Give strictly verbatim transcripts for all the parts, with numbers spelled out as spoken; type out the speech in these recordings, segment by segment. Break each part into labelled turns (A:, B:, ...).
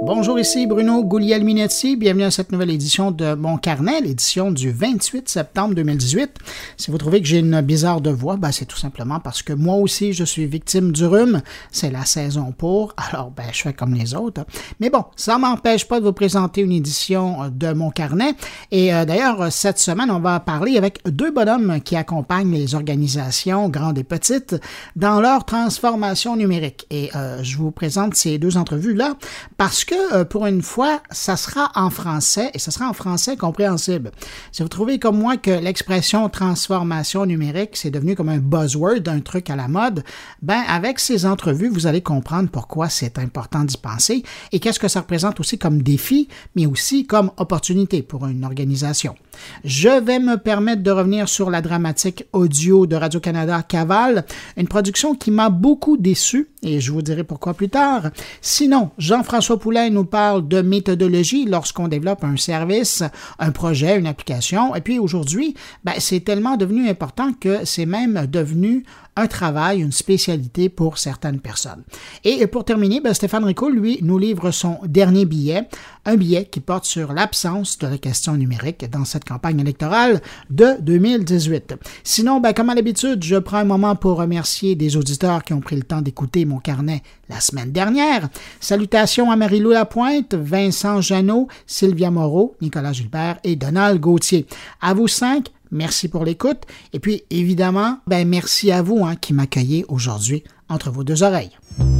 A: Bonjour, ici Bruno Guglielminetti. Bienvenue à cette nouvelle édition de Mon Carnet, l'édition du vingt-huit septembre deux mille dix-huit. Si vous trouvez que j'ai une bizarre de voix, ben c'est tout simplement parce que moi aussi, je suis victime du rhume. C'est la saison pour, alors ben je fais comme les autres. Mais bon, ça ne m'empêche pas de vous présenter une édition de Mon Carnet. Et euh, d'ailleurs, cette semaine, on va parler avec deux bonhommes qui accompagnent les organisations, grandes et petites, dans leur transformation numérique. Et euh, je vous présente ces deux entrevues-là parce que euh, pour une fois, ça sera en français et ça sera en français compréhensible. Si vous trouvez comme moi que l'expression transformation numérique, c'est devenu comme un buzzword, un truc à la mode, ben avec ces entrevues, vous allez comprendre pourquoi c'est important d'y penser et qu'est-ce que ça représente aussi comme défi, mais aussi comme opportunité pour une organisation. Je vais me permettre de revenir sur la dramatique audio de Radio-Canada Caval, une production qui m'a beaucoup déçu et je vous dirai pourquoi plus tard. Sinon, Jean-François Poulain nous parle de méthodologie lorsqu'on développe un service, un projet, une application. Et puis aujourd'hui, ben, c'est tellement devenu important que c'est même devenu un travail, une spécialité pour certaines personnes. Et pour terminer, ben Stéphane Ricoul, lui, nous livre son dernier billet, un billet qui porte sur l'absence de la question numérique dans cette campagne électorale de deux mille dix-huit. Sinon, ben, comme à l'habitude, je prends un moment pour remercier des auditeurs qui ont pris le temps d'écouter mon carnet la semaine dernière. Salutations à Marie-Lou Lapointe, Vincent Jeannot, Sylvia Moreau, Nicolas Gilbert et Donald Gauthier. À vous cinq, merci pour l'écoute. Et puis, évidemment, ben merci à vous hein, qui m'accueillez aujourd'hui entre vos deux oreilles.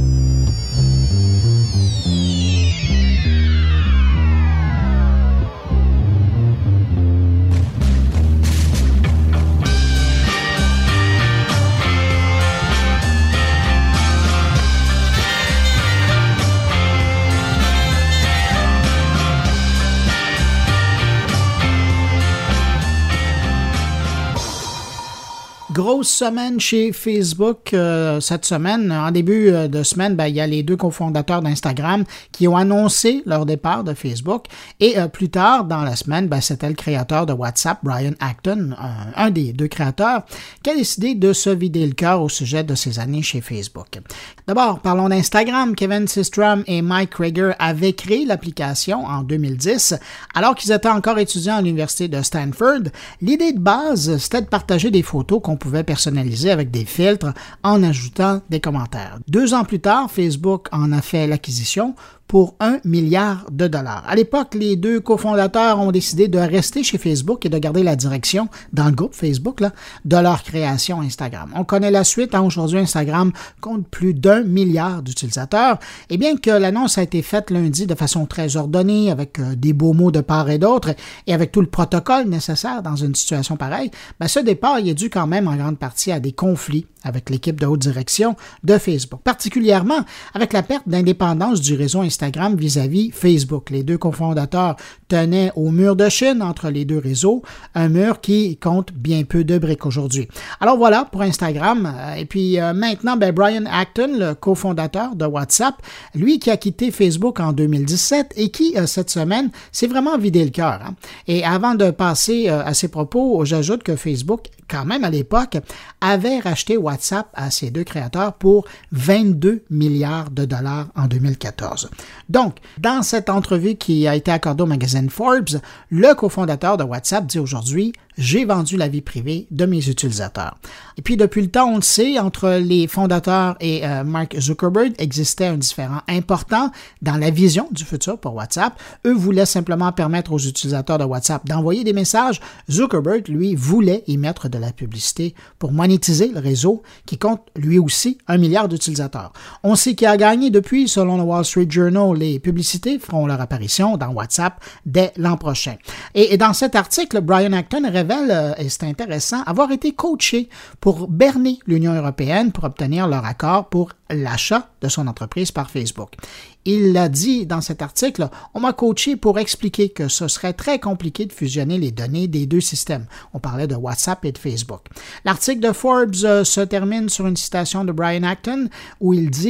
A: Grosse semaine chez Facebook euh, cette semaine. En début de semaine, ben, il y a les deux cofondateurs d'Instagram qui ont annoncé leur départ de Facebook. Et euh, plus tard dans la semaine, ben, c'était le créateur de WhatsApp, Brian Acton, un, un des deux créateurs, qui a décidé de se vider le cœur au sujet de ses années chez Facebook. D'abord, parlons d'Instagram. Kevin Systrom et Mike Krieger avaient créé l'application en deux mille dix, alors qu'ils étaient encore étudiants à l'université de Stanford. L'idée de base, c'était de partager des photos qu'on pouvait personnaliser avec des filtres en ajoutant des commentaires. Deux ans plus tard, Facebook en a fait l'acquisition pour un milliard de dollars. À l'époque, les deux cofondateurs ont décidé de rester chez Facebook et de garder la direction dans le groupe Facebook là, de leur création Instagram. On connaît la suite. Hein, aujourd'hui, Instagram compte plus d'un milliard d'utilisateurs. Et bien que l'annonce a été faite lundi de façon très ordonnée, avec euh, des beaux mots de part et d'autre, et avec tout le protocole nécessaire dans une situation pareille, ben, ce départ il est dû quand même en grande partie à des conflits avec l'équipe de haute direction de Facebook, particulièrement avec la perte d'indépendance du réseau Instagram vis-à-vis Facebook. Les deux cofondateurs tenaient au mur de Chine entre les deux réseaux, un mur qui compte bien peu de briques aujourd'hui. Alors voilà pour Instagram. Et puis euh, maintenant, ben Brian Acton, le cofondateur de WhatsApp, lui qui a quitté Facebook en deux mille dix-sept et qui, euh, cette semaine, s'est vraiment vidé le cœur. Hein. Et avant de passer euh, à ses propos, j'ajoute que Facebook, quand même à l'époque, avait racheté WhatsApp à ses deux créateurs pour vingt-deux milliards de dollars en deux mille quatorze. Donc, dans cette entrevue qui a été accordée au magazine Forbes, le cofondateur de WhatsApp dit aujourd'hui « J'ai vendu la vie privée de mes utilisateurs ». Et puis, depuis le temps, on le sait, entre les fondateurs et euh, Mark Zuckerberg existait un différend important dans la vision du futur pour WhatsApp. Eux voulaient simplement permettre aux utilisateurs de WhatsApp d'envoyer des messages. Zuckerberg, lui, voulait y mettre de la publicité pour monétiser le réseau qui compte lui aussi un milliard d'utilisateurs. On sait qui a gagné depuis, selon le Wall Street Journal, les publicités feront leur apparition dans WhatsApp dès l'an prochain. Et, et dans cet article, Brian Acton révèle, euh, et c'est intéressant, avoir été coaché pour berner l'Union européenne pour obtenir leur accord pour l'achat de son entreprise par Facebook. Il l'a dit dans cet article, on m'a coaché pour expliquer que ce serait très compliqué de fusionner les données des deux systèmes. On parlait de WhatsApp et de Facebook. L'article de Forbes euh, se termine sur une citation de Brian Acton où il dit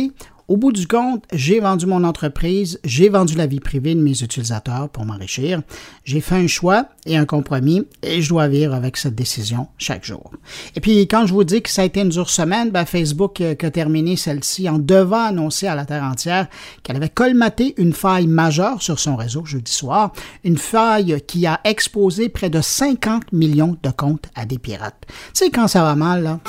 A: Au bout du compte, j'ai vendu mon entreprise, j'ai vendu la vie privée de mes utilisateurs pour m'enrichir. J'ai fait un choix et un compromis et je dois vivre avec cette décision chaque jour. Et puis, quand je vous dis que ça a été une dure semaine, ben Facebook euh, qui a terminé celle-ci en devant annoncer à la terre entière qu'elle avait colmaté une faille majeure sur son réseau jeudi soir, une faille qui a exposé près de cinquante millions de comptes à des pirates. Tu sais, quand ça va mal, là...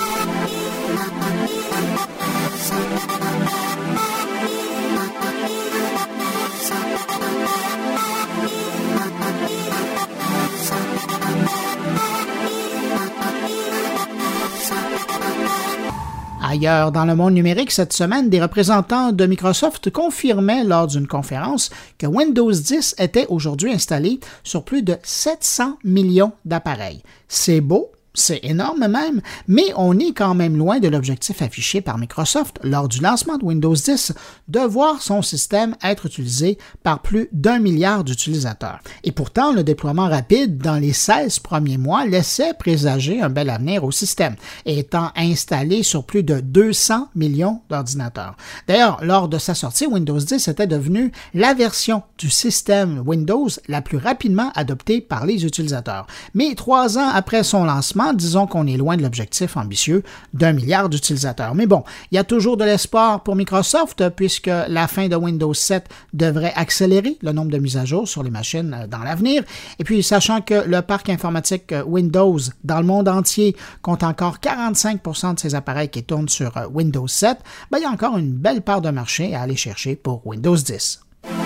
A: Ailleurs dans le monde numérique, cette semaine, des représentants de Microsoft confirmaient lors d'une conférence que Windows dix était aujourd'hui installé sur plus de sept cents millions d'appareils. C'est beau. C'est énorme même, mais on est quand même loin de l'objectif affiché par Microsoft lors du lancement de Windows dix de voir son système être utilisé par plus d'un milliard d'utilisateurs. Et pourtant, le déploiement rapide dans les seize premiers mois laissait présager un bel avenir au système, étant installé sur plus de deux cents millions d'ordinateurs. D'ailleurs, lors de sa sortie, Windows dix était devenu la version du système Windows la plus rapidement adoptée par les utilisateurs. Mais trois ans après son lancement, disons qu'on est loin de l'objectif ambitieux d'un milliard d'utilisateurs. Mais bon, il y a toujours de l'espoir pour Microsoft puisque la fin de Windows sept devrait accélérer le nombre de mises à jour sur les machines dans l'avenir. Et puis, sachant que le parc informatique Windows dans le monde entier compte encore quarante-cinq pour cent de ses appareils qui tournent sur Windows sept, ben, il y a encore une belle part de marché à aller chercher pour Windows dix.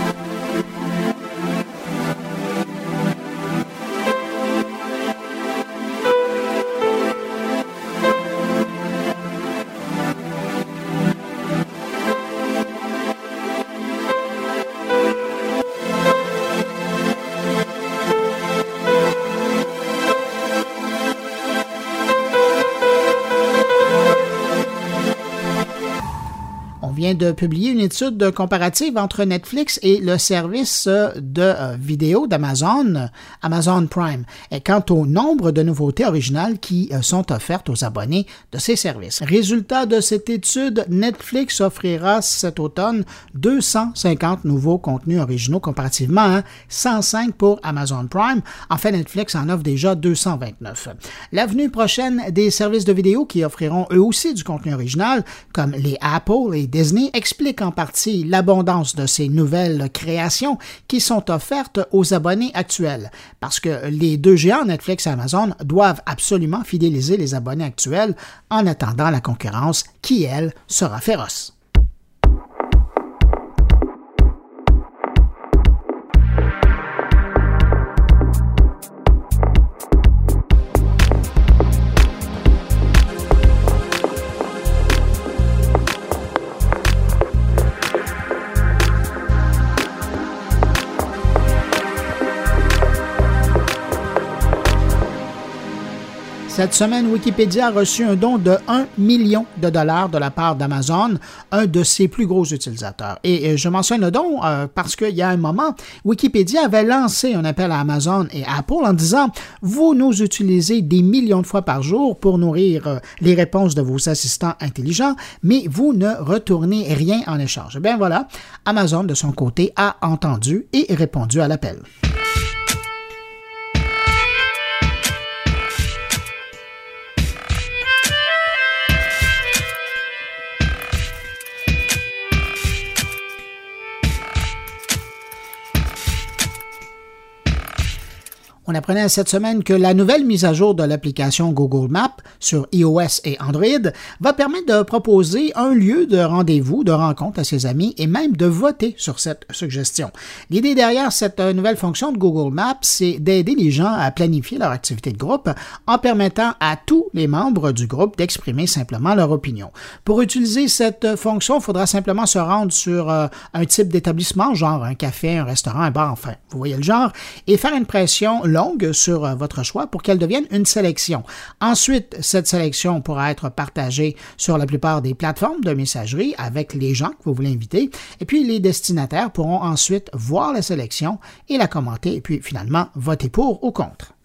A: Vient de publier une étude comparative entre Netflix et le service de vidéo d'Amazon, Amazon Prime, et quant au nombre de nouveautés originales qui sont offertes aux abonnés de ces services. Résultat de cette étude, Netflix offrira cet automne deux cent cinquante nouveaux contenus originaux comparativement à cent cinq pour Amazon Prime. En fait, Netflix en offre déjà deux cent vingt-neuf. L'avenue prochaine des services de vidéo qui offriront eux aussi du contenu original, comme les Apple et Disney, explique en partie l'abondance de ces nouvelles créations qui sont offertes aux abonnés actuels. Parce que les deux géants, Netflix et Amazon, doivent absolument fidéliser les abonnés actuels en attendant la concurrence qui, elle, sera féroce. Cette semaine, Wikipédia a reçu un don de un million de dollars de la part d'Amazon, un de ses plus gros utilisateurs. Et je mentionne le don euh, parce qu'il y a un moment, Wikipédia avait lancé un appel à Amazon et Apple en disant « Vous nous utilisez des millions de fois par jour pour nourrir euh, les réponses de vos assistants intelligents, mais vous ne retournez rien en échange. » Eh bien voilà, Amazon de son côté a entendu et répondu à l'appel. On apprenait cette semaine que la nouvelle mise à jour de l'application Google Maps sur iOS et Android va permettre de proposer un lieu de rendez-vous, de rencontre à ses amis et même de voter sur cette suggestion. L'idée derrière cette nouvelle fonction de Google Maps, c'est d'aider les gens à planifier leur activité de groupe en permettant à tous les membres du groupe d'exprimer simplement leur opinion. Pour utiliser cette fonction, il faudra simplement se rendre sur euh, un type d'établissement, genre un café, un restaurant, un bar, enfin, vous voyez le genre, et faire une pression longue sur euh, votre choix pour qu'elle devienne une sélection. Ensuite, cette sélection pourra être partagée sur la plupart des plateformes de messagerie avec les gens que vous voulez inviter, et puis les destinataires pourront ensuite voir la sélection et la commenter, et puis finalement voter pour ou contre.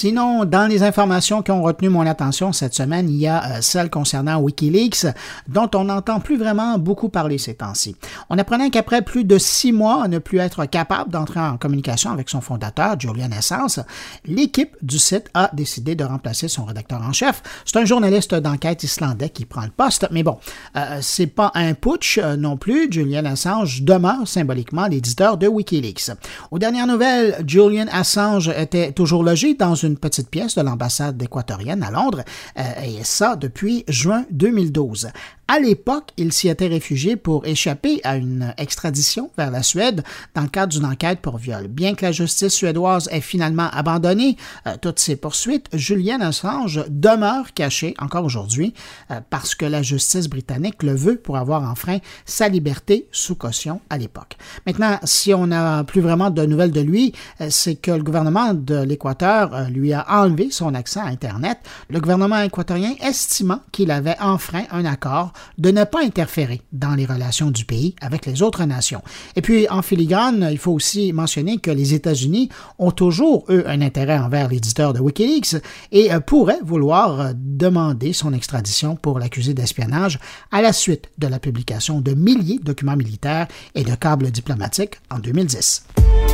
A: Sinon, dans les informations qui ont retenu mon attention cette semaine, il y a euh, celle concernant Wikileaks, dont on n'entend plus vraiment beaucoup parler ces temps-ci. On apprenait qu'après plus de six mois à ne plus être capable d'entrer en communication avec son fondateur, Julian Assange, l'équipe du site a décidé de remplacer son rédacteur en chef. C'est un journaliste d'enquête islandais qui prend le poste, mais bon, euh, c'est pas un putsch euh, non plus. Julian Assange demeure symboliquement l'éditeur de Wikileaks. Aux dernières nouvelles, Julian Assange était toujours logé dans une petite pièce de l'ambassade équatorienne à Londres, euh, et ça depuis juin deux mille douze. À l'époque, il s'y était réfugié pour échapper à une extradition vers la Suède dans le cadre d'une enquête pour viol. Bien que la justice suédoise ait finalement abandonné euh, toutes ces poursuites, Julian Assange demeure caché encore aujourd'hui euh, parce que la justice britannique le veut pour avoir enfreint sa liberté sous caution à l'époque. Maintenant, si on n'a plus vraiment de nouvelles de lui, euh, c'est que le gouvernement de l'Équateur euh, lui a enlevé son accès à Internet, le gouvernement équatorien estimant qu'il avait enfreint un accord de ne pas interférer dans les relations du pays avec les autres nations. Et puis, en filigrane, il faut aussi mentionner que les États-Unis ont toujours, eux, un intérêt envers l'éditeur de Wikileaks et pourraient vouloir demander son extradition pour l'accuser d'espionnage à la suite de la publication de milliers de documents militaires et de câbles diplomatiques en deux mille dix.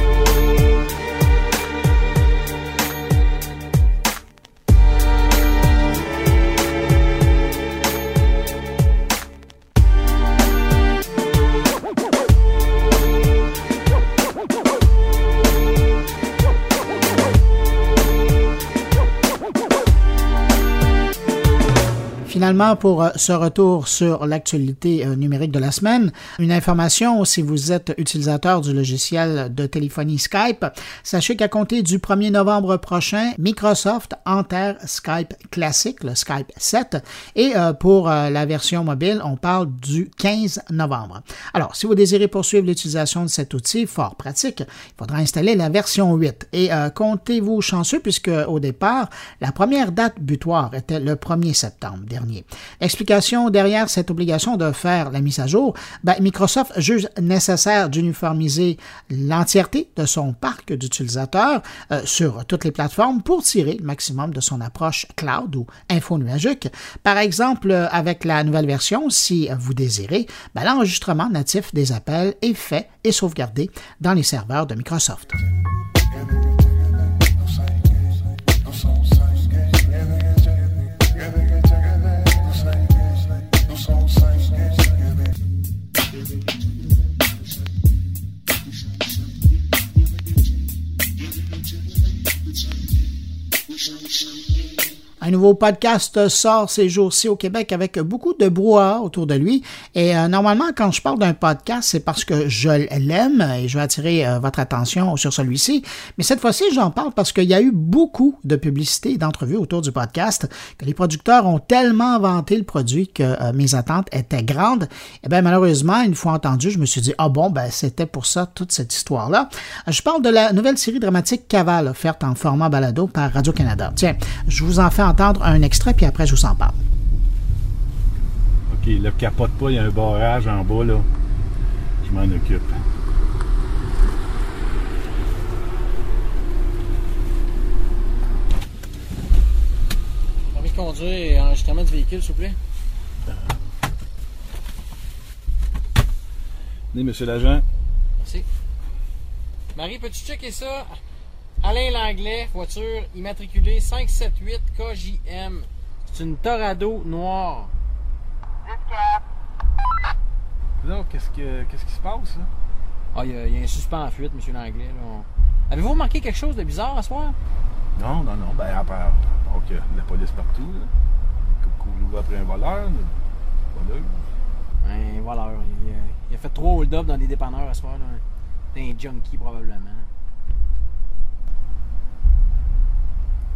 A: Finalement, pour euh, ce retour sur l'actualité euh, numérique de la semaine, une information, si vous êtes utilisateur du logiciel de téléphonie Skype, sachez qu'à compter du premier novembre prochain, Microsoft enterre Skype classique, le Skype sept, et euh, pour euh, la version mobile, on parle du quinze novembre. Alors, si vous désirez poursuivre l'utilisation de cet outil fort pratique, il faudra installer la version huit. Et euh, comptez-vous chanceux puisque au départ, la première date butoir était le premier septembre dernier. L'explication derrière cette obligation de faire la mise à jour, ben, Microsoft juge nécessaire d'uniformiser l'entièreté de son parc d'utilisateurs euh, sur toutes les plateformes pour tirer le maximum de son approche cloud ou infonuagique. Par exemple, avec la nouvelle version, si vous désirez, ben, l'enregistrement natif des appels est fait et sauvegardé dans les serveurs de Microsoft. Un nouveau podcast sort ces jours-ci au Québec avec beaucoup de brouhaha autour de lui. Et euh, normalement, quand je parle d'un podcast, c'est parce que je l'aime et je vais attirer euh, votre attention sur celui-ci. Mais cette fois-ci, j'en parle parce qu'il y a eu beaucoup de publicité et d'entrevues autour du podcast, que les producteurs ont tellement vanté le produit que euh, mes attentes étaient grandes. Et bien malheureusement, une fois entendu, je me suis dit, ah bon, ben c'était pour ça toute cette histoire-là. Je parle de la nouvelle série dramatique Cavale, offerte en format balado par Radio-Canada. Tiens, je vous en fais entendre un extrait, puis après, je vous en parle.
B: OK, là, capote pas, il y a un barrage en bas, là. Je m'en occupe.
C: Permis de conduire et enregistrement du véhicule, s'il vous plaît.
B: Venez, monsieur l'agent.
C: Merci. Marie, peux-tu checker ça? Alain Langlais, voiture immatriculée cinq sept huit K J M. C'est une Torado noire.
B: Là, qu'est-ce que qu'est-ce qui se passe, là?
C: Ah, il y, y a un suspect en fuite, monsieur Langlais. Là. On... Avez-vous remarqué quelque chose de bizarre à soir?
B: Non, non, non. Ben, à part, donc, euh, la police partout, là. Couvre après un voleur, là. Voleur.
C: Un voleur. Il a, il a fait trois hold-up dans des dépanneurs à soir, là. C'est un junkie, probablement.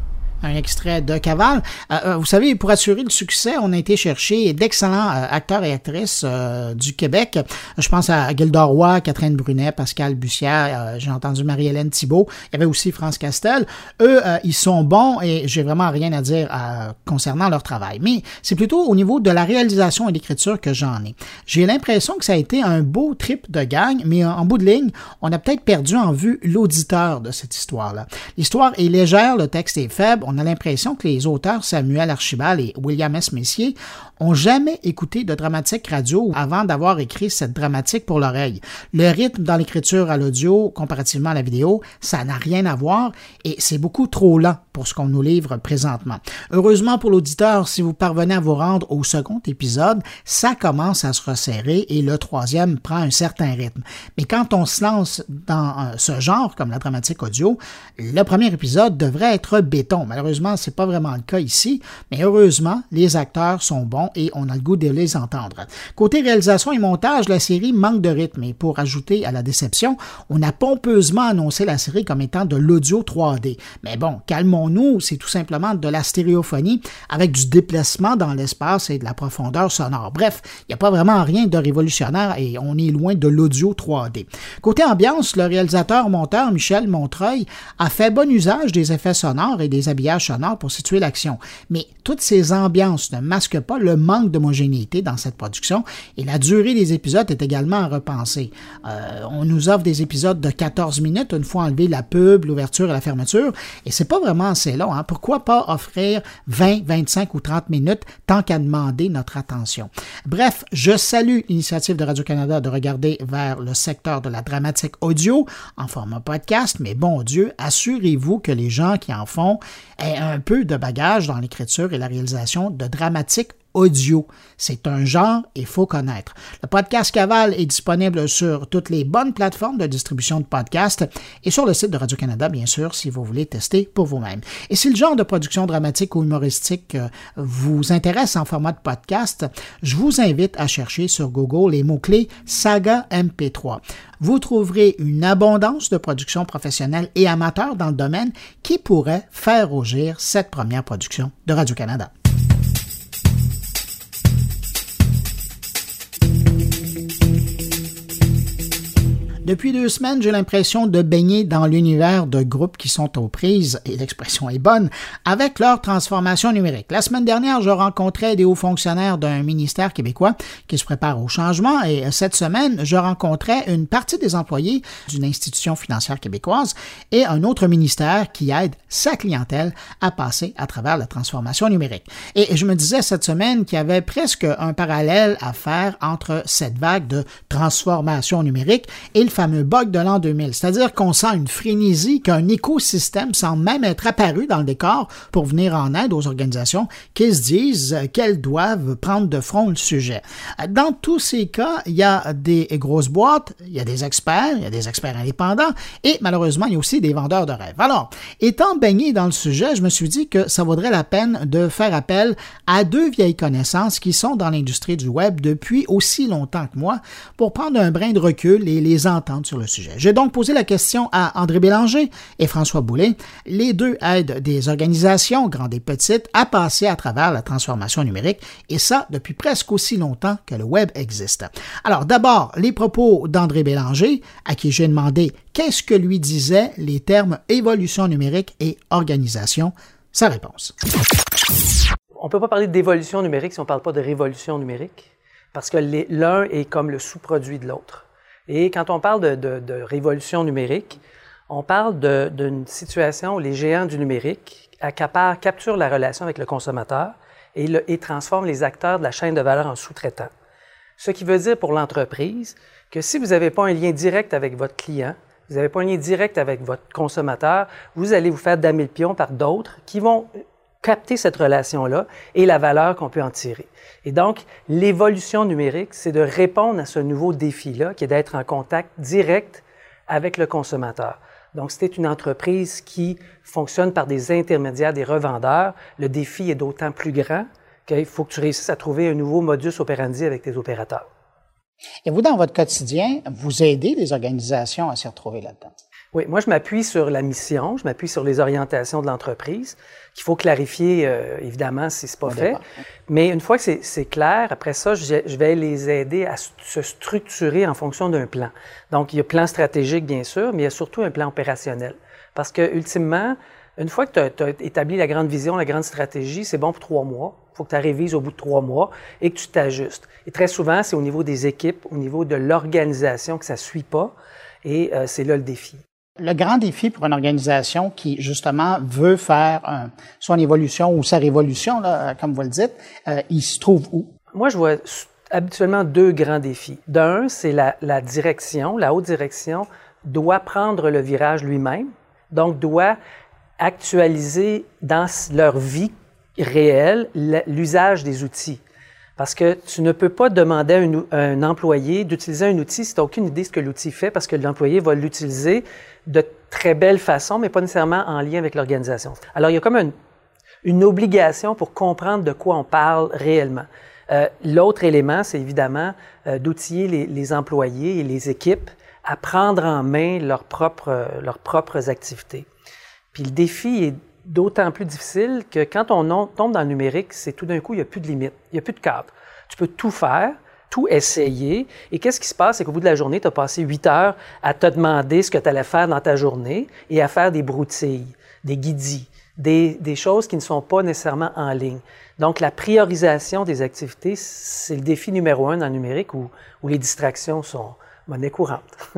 A: un extrait de Cavale. Euh, vous savez, pour assurer le succès, on a été chercher d'excellents euh, acteurs et actrices euh, du Québec. Je pense à Gilda Roy, Catherine Brunet, Pascal Bussière, euh, j'ai entendu Marie-Hélène Thibault. Il y avait aussi France Castel. Eux, euh, ils sont bons et j'ai vraiment rien à dire euh, concernant leur travail. Mais c'est plutôt au niveau de la réalisation et l'écriture que j'en ai. J'ai l'impression que ça a été un beau trip de gang, mais en bout de ligne, on a peut-être perdu en vue l'auditeur de cette histoire-là. L'histoire est légère, le texte est faible. On a l'impression que les auteurs Samuel Archibald et William S. Messier ont jamais écouté de dramatique radio avant d'avoir écrit cette dramatique pour l'oreille. Le rythme dans l'écriture à l'audio, comparativement à la vidéo, ça n'a rien à voir et c'est beaucoup trop lent pour ce qu'on nous livre présentement. Heureusement pour l'auditeur, si vous parvenez à vous rendre au second épisode, ça commence à se resserrer et le troisième prend un certain rythme. Mais quand on se lance dans ce genre, comme la dramatique audio, le premier épisode devrait être béton. Malheureusement, c'est pas vraiment le cas ici, mais heureusement, les acteurs sont bons et on a le goût de les entendre. Côté réalisation et montage, la série manque de rythme et pour ajouter à la déception, on a pompeusement annoncé la série comme étant de l'audio trois D. Mais bon, calmons-nous, c'est tout simplement de la stéréophonie avec du déplacement dans l'espace et de la profondeur sonore. Bref, il n'y a pas vraiment rien de révolutionnaire et on est loin de l'audio trois D. Côté ambiance, le réalisateur-monteur Michel Montreuil a fait bon usage des effets sonores et des habillages sonores pour situer l'action. Mais toutes ces ambiances ne masquent pas le manque d'homogénéité dans cette production et la durée des épisodes est également à repenser. Euh, on nous offre des épisodes de quatorze minutes, une fois enlevé la pub, l'ouverture et la fermeture, et c'est pas vraiment assez long. Hein? Pourquoi pas offrir vingt, vingt-cinq ou trente minutes tant qu'à demander notre attention? Bref, je salue l'initiative de Radio-Canada de regarder vers le secteur de la dramatique audio en format podcast, mais bon Dieu, assurez-vous que les gens qui en font aient un peu de bagage dans l'écriture et la réalisation de dramatique audio. C'est un genre et il faut connaître. Le podcast Cavale est disponible sur toutes les bonnes plateformes de distribution de podcasts et sur le site de Radio-Canada, bien sûr, si vous voulez tester pour vous-même. Et si le genre de production dramatique ou humoristique vous intéresse en format de podcast, je vous invite à chercher sur Google les mots-clés Saga M P trois. Vous trouverez une abondance de productions professionnelles et amateurs dans le domaine qui pourraient faire rougir cette première production de Radio-Canada. Depuis deux semaines, j'ai l'impression de baigner dans l'univers de groupes qui sont aux prises, et l'expression est bonne, avec leur transformation numérique. La semaine dernière, je rencontrais des hauts fonctionnaires d'un ministère québécois qui se prépare au changement et cette semaine, je rencontrais une partie des employés d'une institution financière québécoise et un autre ministère qui aide sa clientèle à passer à travers la transformation numérique. Et je me disais cette semaine qu'il y avait presque un parallèle à faire entre cette vague de transformation numérique et le fameux bug de l'an deux mille. C'est-à-dire qu'on sent une frénésie, qu'un écosystème semble même être apparu dans le décor pour venir en aide aux organisations qui se disent qu'elles doivent prendre de front le sujet. Dans tous ces cas, il y a des grosses boîtes, il y a des experts, il y a des experts indépendants et malheureusement, il y a aussi des vendeurs de rêves. Alors, étant baigné dans le sujet, je me suis dit que ça vaudrait la peine de faire appel à deux vieilles connaissances qui sont dans l'industrie du web depuis aussi longtemps que moi pour prendre un brin de recul et les entendre sur le sujet. J'ai donc posé la question à André Bélanger et François Boulay. Les deux aident des organisations, grandes et petites, à passer à travers la transformation numérique, et ça depuis presque aussi longtemps que le web existe. Alors d'abord, les propos d'André Bélanger, à qui j'ai demandé qu'est-ce que lui disaient les termes évolution numérique et organisation. Sa réponse.
D: On ne peut pas parler d'évolution numérique si on ne parle pas de révolution numérique, parce que les, l'un est comme le sous-produit de l'autre. Et quand on parle de, de, de révolution numérique, on parle de, d'une situation où les géants du numérique accaparent, capturent la relation avec le consommateur et, le, et transforment les acteurs de la chaîne de valeur en sous-traitants. Ce qui veut dire pour l'entreprise que si vous n'avez pas un lien direct avec votre client, vous n'avez pas un lien direct avec votre consommateur, vous allez vous faire damer le pion par d'autres qui vont capter cette relation-là et la valeur qu'on peut en tirer. Et donc, l'évolution numérique, c'est de répondre à ce nouveau défi-là, qui est d'être en contact direct avec le consommateur. Donc, si c'est une entreprise qui fonctionne par des intermédiaires, des revendeurs, le défi est d'autant plus grand qu'il faut que tu réussisses à trouver un nouveau modus operandi avec tes opérateurs.
A: Et vous, dans votre quotidien, vous aidez les organisations à s'y retrouver là-dedans?
D: Oui, moi, je m'appuie sur la mission, je m'appuie sur les orientations de l'entreprise, qu'il faut clarifier, euh, évidemment, si c'est pas fait. Départ. Mais une fois que c'est, c'est clair, après ça, je, je vais les aider à se structurer en fonction d'un plan. Donc, il y a un plan stratégique, bien sûr, mais il y a surtout un plan opérationnel. Parce que, ultimement, une fois que tu as établi la grande vision, la grande stratégie, c'est bon pour trois mois. Il faut que tu révises au bout de trois mois et que tu t'ajustes. Et très souvent, c'est au niveau des équipes, au niveau de l'organisation que ça ne suit pas. Et euh, c'est là le défi.
A: Le grand défi pour une organisation qui, justement, veut faire un, son évolution ou sa révolution, là, comme vous le dites, euh, il se trouve où?
D: Moi, je vois habituellement deux grands défis. D'un, c'est la, la direction. La haute direction doit prendre le virage lui-même, donc doit actualiser dans leur vie réelle l'usage des outils. Parce que tu ne peux pas demander à un, à un employé d'utiliser un outil si tu n'as aucune idée de ce que l'outil fait, parce que l'employé va l'utiliser de très belle façon, mais pas nécessairement en lien avec l'organisation. Alors, il y a comme une, une obligation pour comprendre de quoi on parle réellement. Euh, l'autre élément, c'est évidemment euh, d'outiller les, les employés et les équipes à prendre en main leurs propres, euh, leurs propres activités. Puis le défi est d'autant plus difficile que quand on tombe dans le numérique, c'est tout d'un coup, il n'y a plus de limite, il n'y a plus de cadre. Tu peux tout faire, tout essayer. Et qu'est-ce qui se passe? C'est qu'au bout de la journée, tu as passé huit heures à te demander ce que tu allais faire dans ta journée et à faire des broutilles, des guidis, des, des choses qui ne sont pas nécessairement en ligne. Donc, la priorisation des activités, c'est le défi numéro un dans le numérique où, où les distractions sont monnaie courante.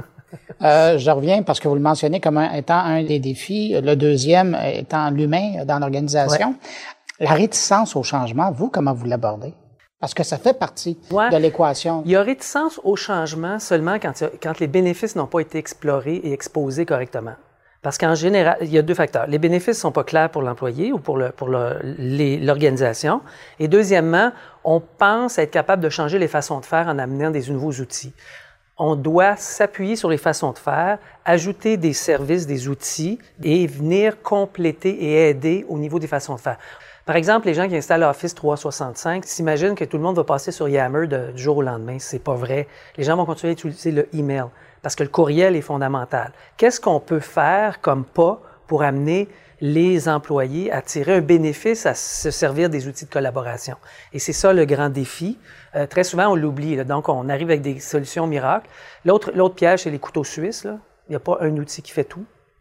A: Euh, je reviens parce que vous le mentionnez comme un, étant un des défis. Le deuxième étant l'humain dans l'organisation. Ouais. La réticence au changement, vous, comment vous l'abordez? Parce que ça fait partie ouais. de l'équation.
D: Il y a réticence au changement seulement quand, quand les bénéfices n'ont pas été explorés et exposés correctement. Parce qu'en général, il y a deux facteurs. Les bénéfices ne sont pas clairs pour l'employé ou pour, le, pour le, les, l'organisation. Et deuxièmement, on pense être capable de changer les façons de faire en amenant des nouveaux outils. On doit s'appuyer sur les façons de faire, ajouter des services, des outils et venir compléter et aider au niveau des façons de faire. Par exemple, les gens qui installent Office trois cent soixante-cinq s'imaginent que tout le monde va passer sur Yammer de, du jour au lendemain. C'est pas vrai. Les gens vont continuer à utiliser le email parce que le courriel est fondamental. Qu'est-ce qu'on peut faire comme pas pour amener les employés à tirer un bénéfice à se servir des outils de collaboration? Et c'est ça le grand défi. Euh, très souvent, on l'oublie. Là. Donc, on arrive avec des solutions miracles. L'autre, l'autre piège, c'est les couteaux suisses. Là. Il n'y a pas un outil qui fait tout.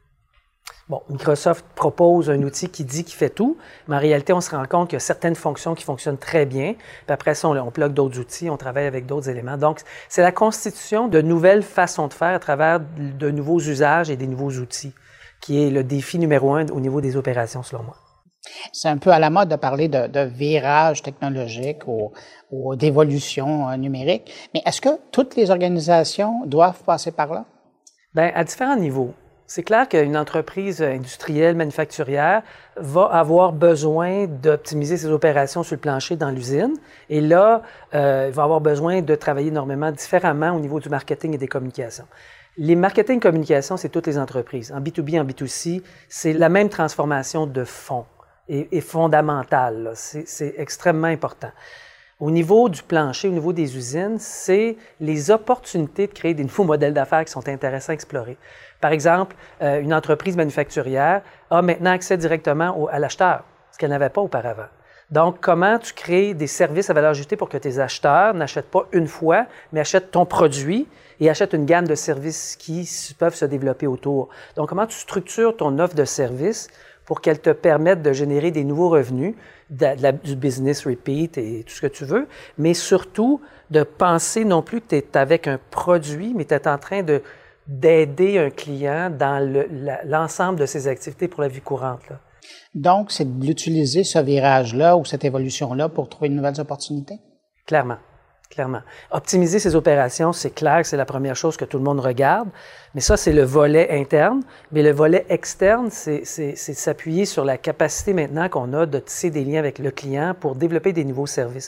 D: Bon, Microsoft propose un outil qui dit qu'il fait tout, mais en réalité, on se rend compte qu'il y a certaines fonctions qui fonctionnent très bien. Puis après ça, on, on plug d'autres outils, on travaille avec d'autres éléments. Donc, c'est la constitution de nouvelles façons de faire à travers de nouveaux usages et des nouveaux outils qui est le défi numéro un au niveau des opérations, selon moi.
A: C'est un peu à la mode de parler de, de virage technologique ou, ou d'évolution euh, numérique. Mais est-ce que toutes les organisations doivent passer par là?
D: Bien, à différents niveaux. C'est clair qu'une entreprise industrielle, manufacturière, va avoir besoin d'optimiser ses opérations sur le plancher dans l'usine. Et là, euh, il va avoir besoin de travailler énormément différemment au niveau du marketing et des communications. Les marketing communications, c'est toutes les entreprises. En B deux B, en B deux C, c'est la même transformation de fond et, et fondamentale. C'est, c'est extrêmement important. Au niveau du plancher, au niveau des usines, c'est les opportunités de créer des nouveaux modèles d'affaires qui sont intéressants à explorer. Par exemple, euh, une entreprise manufacturière a maintenant accès directement au, à l'acheteur, ce qu'elle n'avait pas auparavant. Donc, comment tu crées des services à valeur ajoutée pour que tes acheteurs n'achètent pas une fois, mais achètent ton produit et achètent une gamme de services qui peuvent se développer autour. Donc, comment tu structures ton offre de services pour qu'elle te permette de générer des nouveaux revenus, de, de la, du business repeat et tout ce que tu veux, mais surtout de penser non plus que tu es avec un produit, mais tu es en train de, d'aider un client dans le, la, l'ensemble de ses activités pour la vie courante, là.
A: Donc, c'est d'utiliser ce virage-là ou cette évolution-là pour trouver de nouvelles opportunités? Clairement.
D: Clairement. Optimiser ses opérations, c'est clair que c'est la première chose que tout le monde regarde, mais ça, c'est le volet interne. Mais le volet externe, c'est, c'est, c'est de s'appuyer sur la capacité maintenant qu'on a de tisser des liens avec le client pour développer des nouveaux services.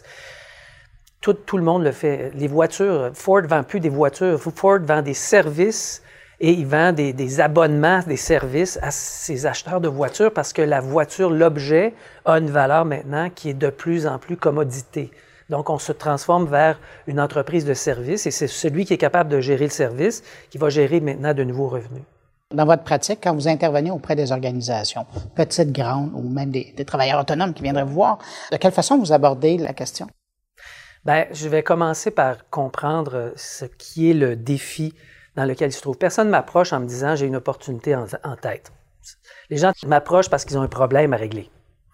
D: Tout, tout le monde le fait. Les voitures, Ford ne vend plus des voitures, Ford vend des services et il vend des, des abonnements, des services à ses acheteurs de voitures parce que la voiture, l'objet, a une valeur maintenant qui est de plus en plus commodité. Donc, on se transforme vers une entreprise de service et c'est celui qui est capable de gérer le service qui va gérer maintenant de nouveaux revenus.
A: Dans votre pratique, quand vous intervenez auprès des organisations, petites, grandes, ou même des, des travailleurs autonomes qui viendraient vous voir, de quelle façon vous abordez la question?
D: Bien, je vais commencer par comprendre ce qui est le défi dans lequel ils se trouvent. Personne ne m'approche en me disant « j'ai une opportunité en, en tête ». Les gens m'approchent parce qu'ils ont un problème à régler.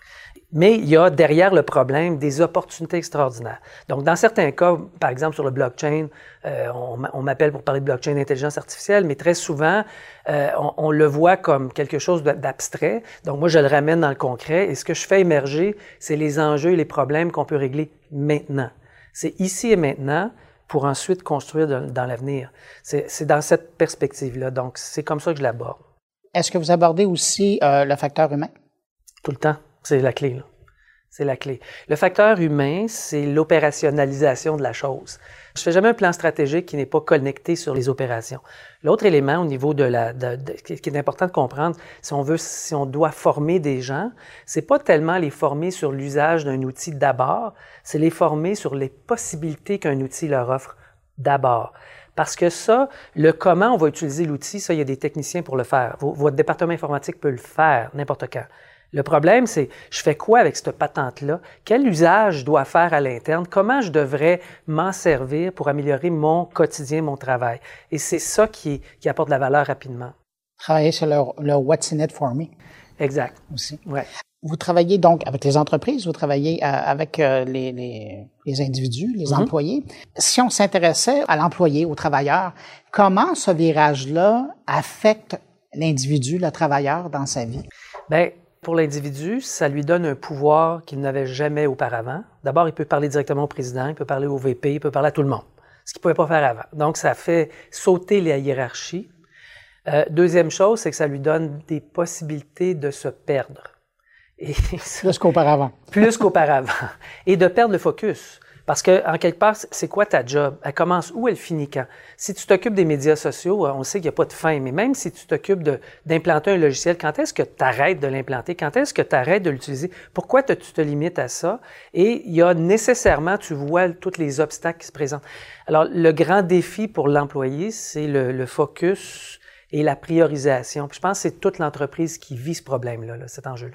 D: Mais il y a derrière le problème des opportunités extraordinaires. Donc, dans certains cas, par exemple sur le blockchain, euh, on, on m'appelle pour parler de blockchain d'intelligence artificielle, mais très souvent, euh, on, on le voit comme quelque chose d'abstrait. Donc, moi, je le ramène dans le concret et ce que je fais émerger, c'est les enjeux et les problèmes qu'on peut régler maintenant. C'est ici et maintenant pour ensuite construire de, dans l'avenir. C'est dans cette perspective-là. Donc, c'est comme ça que je l'aborde.
A: Est-ce que vous abordez aussi euh, le facteur humain?
D: Tout le temps. C'est la clé, là. C'est la clé. Le facteur humain, c'est l'opérationnalisation de la chose. Je ne fais jamais un plan stratégique qui n'est pas connecté sur les opérations. L'autre élément au niveau de la, de, de, qui est important de comprendre, si on veut, si on doit former des gens, c'est pas tellement les former sur l'usage d'un outil d'abord, c'est les former sur les possibilités qu'un outil leur offre d'abord. Parce que ça, le comment on va utiliser l'outil, ça, il y a des techniciens pour le faire. Votre département informatique peut le faire n'importe quand. Le problème, c'est, je fais quoi avec cette patente-là? Quel usage je dois faire à l'interne? Comment je devrais m'en servir pour améliorer mon quotidien, mon travail? Et c'est ça qui, qui apporte de la valeur rapidement.
A: Travailler sur le, le What's in it for me.
D: Exact.
A: Aussi.
D: Ouais.
A: Vous travaillez donc avec les entreprises, vous travaillez euh, avec euh, les, les, les individus, les mm-hmm. employés. Si on s'intéressait à l'employé, au travailleur, comment ce virage-là affecte l'individu, le travailleur, dans sa vie? Bien,
D: pour l'individu, ça lui donne un pouvoir qu'il n'avait jamais auparavant. D'abord, il peut parler directement au président, il peut parler au V P, il peut parler à tout le monde, ce qu'il ne pouvait pas faire avant. Donc, ça fait sauter la hiérarchie. Euh, deuxième chose, c'est que ça lui donne des possibilités de se perdre. Et
A: plus qu'auparavant.
D: Plus qu'auparavant. Et de perdre le focus. Parce que, en quelque part, c'est quoi ta job? Elle commence où, elle finit quand? Si tu t'occupes des médias sociaux, on sait qu'il n'y a pas de fin, mais même si tu t'occupes d'implanter un logiciel, quand est-ce que tu arrêtes de l'implanter? Quand est-ce que tu arrêtes de l'utiliser? Pourquoi te, tu te limites à ça? Et il y a nécessairement, tu vois tous les obstacles qui se présentent. Alors, le grand défi pour l'employé, c'est le, le focus et la priorisation. Puis je pense que c'est toute l'entreprise qui vit ce problème-là, là, cet enjeu-là.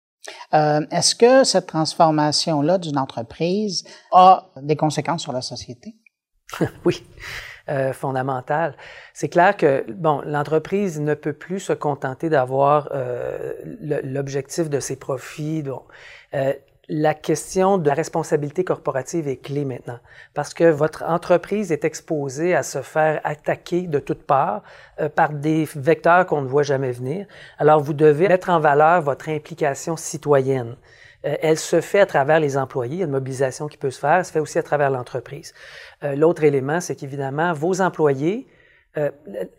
A: Euh, est-ce que cette transformation-là d'une entreprise a des conséquences sur la société?
D: Oui, euh, fondamentale. C'est clair que, bon, l'entreprise ne peut plus se contenter d'avoir euh, l'objectif de ses profits. Donc, euh, la question de la responsabilité corporative est clé maintenant parce que votre entreprise est exposée à se faire attaquer de toutes parts euh, par des vecteurs qu'on ne voit jamais venir. Alors, vous devez mettre en valeur votre implication citoyenne. Euh, elle se fait à travers les employés, il y a une mobilisation qui peut se faire, elle se fait aussi à travers l'entreprise. Euh, L'autre élément, c'est qu'évidemment, vos employés, euh,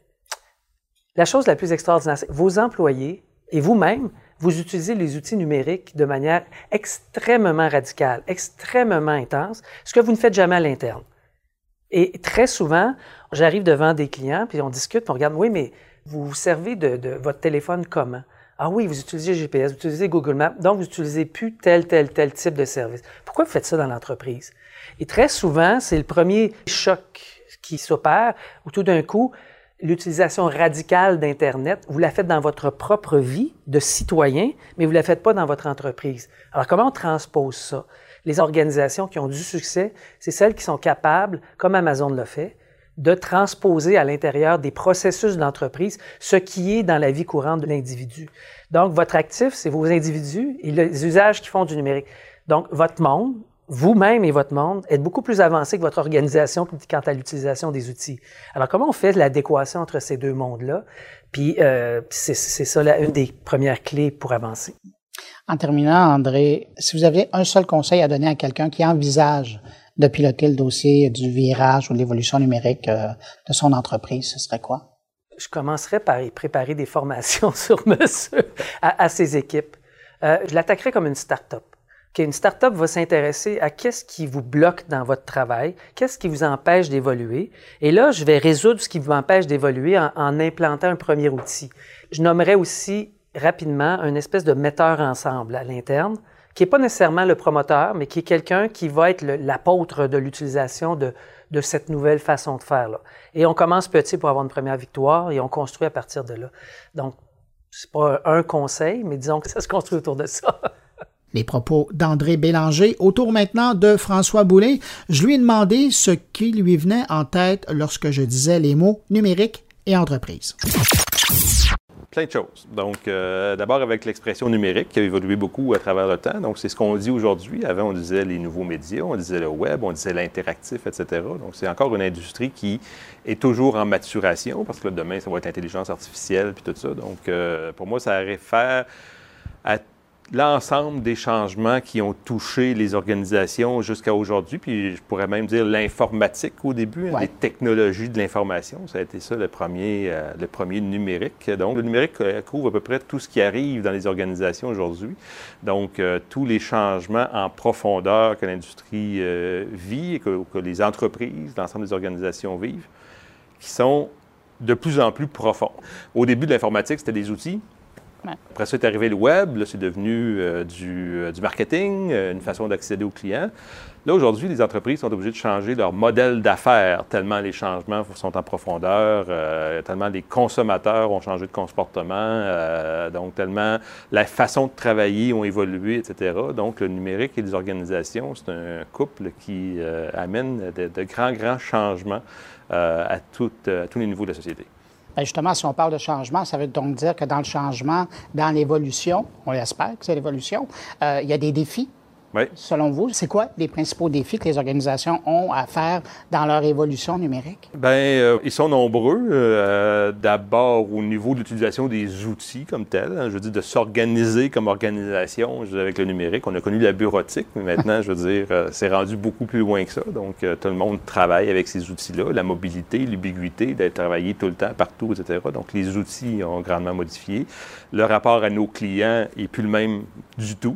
D: la chose la plus extraordinaire, c'est que vos employés et vous-même, vous utilisez les outils numériques de manière extrêmement radicale, extrêmement intense, ce que vous ne faites jamais à l'interne. Et très souvent, j'arrive devant des clients, puis on discute, puis on regarde, oui, mais vous vous servez de, de votre téléphone comment? Ah oui, vous utilisez G P S, vous utilisez Google Maps, donc vous n'utilisez plus tel, tel, tel type de service. Pourquoi vous faites ça dans l'entreprise? Et très souvent, c'est le premier choc qui s'opère, où tout d'un coup, l'utilisation radicale d'Internet, vous la faites dans votre propre vie de citoyen, mais vous ne la faites pas dans votre entreprise. Alors, comment on transpose ça? Les organisations qui ont du succès, c'est celles qui sont capables, comme Amazon l'a fait, de transposer à l'intérieur des processus de l'entreprise ce qui est dans la vie courante de l'individu. Donc, votre actif, c'est vos individus et les usages qui font du numérique. Donc, votre monde, vous-même et votre monde êtes beaucoup plus avancé que votre organisation quant à l'utilisation des outils. Alors, comment on fait l'adéquation entre ces deux mondes-là? Puis, euh, c'est ça là, une des premières clés pour avancer.
A: En terminant, André, si vous aviez un seul conseil à donner à quelqu'un qui envisage de piloter le dossier du virage ou de l'évolution numérique euh, de son entreprise, ce serait quoi?
D: Je commencerais par y préparer des formations sur mesure à, à ses équipes. Euh, je l'attaquerais comme une start-up. Okay, une start-up va s'intéresser à qu'est-ce qui vous bloque dans votre travail, qu'est-ce qui vous empêche d'évoluer. Et là, je vais résoudre ce qui vous empêche d'évoluer en, en implantant un premier outil. Je nommerais aussi rapidement une espèce de metteur ensemble à l'interne qui n'est pas nécessairement le promoteur, mais qui est quelqu'un qui va être le, l'apôtre de l'utilisation de, de cette nouvelle façon de faire, là. Et on commence petit pour avoir une première victoire et on construit à partir de là. Donc, c'est pas un conseil, mais disons que ça se construit autour de ça.
A: Les propos d'André Bélanger. Autour maintenant de François Boulay. Je lui ai demandé ce qui lui venait en tête lorsque je disais les mots numérique et entreprise.
E: Plein de choses. Donc, euh, d'abord avec l'expression numérique qui a évolué beaucoup à travers le temps. Donc, c'est ce qu'on dit aujourd'hui. Avant, on disait les nouveaux médias, on disait le web, on disait l'interactif, et cetera. Donc, c'est encore une industrie qui est toujours en maturation parce que là, demain, ça va être l'intelligence artificielle puis tout ça. Donc, euh, pour moi, ça réfère à l'ensemble des changements qui ont touché les organisations jusqu'à aujourd'hui, puis je pourrais même dire l'informatique au début, ouais. Les technologies de l'information, ça a été ça le premier, euh, le premier numérique. Donc, le numérique euh, couvre à peu près tout ce qui arrive dans les organisations aujourd'hui. Donc, euh, tous les changements en profondeur que l'industrie euh, vit et que, que les entreprises, l'ensemble des organisations vivent, qui sont de plus en plus profonds. Au début de l'informatique, c'était des outils. Après ça est arrivé le web, là, c'est devenu euh, du, euh, du marketing, euh, une façon d'accéder aux clients. Là, aujourd'hui, les entreprises sont obligées de changer leur modèle d'affaires, tellement les changements sont en profondeur, euh, tellement les consommateurs ont changé de comportement, euh, donc tellement la façon de travailler ont évolué, et cetera. Donc, le numérique et les organisations, c'est un couple qui euh, amène de, de grands, grands changements euh, à, tout, à tous les niveaux de la société.
A: Bien justement, si on parle de changement, ça veut donc dire que dans le changement, dans l'évolution, on l'espère que c'est l'évolution, euh, il y a des défis.
E: Oui.
A: Selon vous, c'est quoi les principaux défis que les organisations ont à faire dans leur évolution numérique?
E: Bien, euh, ils sont nombreux. Euh, d'abord, au niveau de l'utilisation des outils comme tels, hein, je veux dire, de s'organiser comme organisation. Je veux dire, avec le numérique, on a connu la bureautique, mais maintenant, je veux dire, euh, c'est rendu beaucoup plus loin que ça. Donc, euh, tout le monde travaille avec ces outils-là. La mobilité, l'ubiquité, d'être travaillé tout le temps, partout, et cetera. Donc, les outils ont grandement modifié. Le rapport à nos clients n'est plus le même du tout.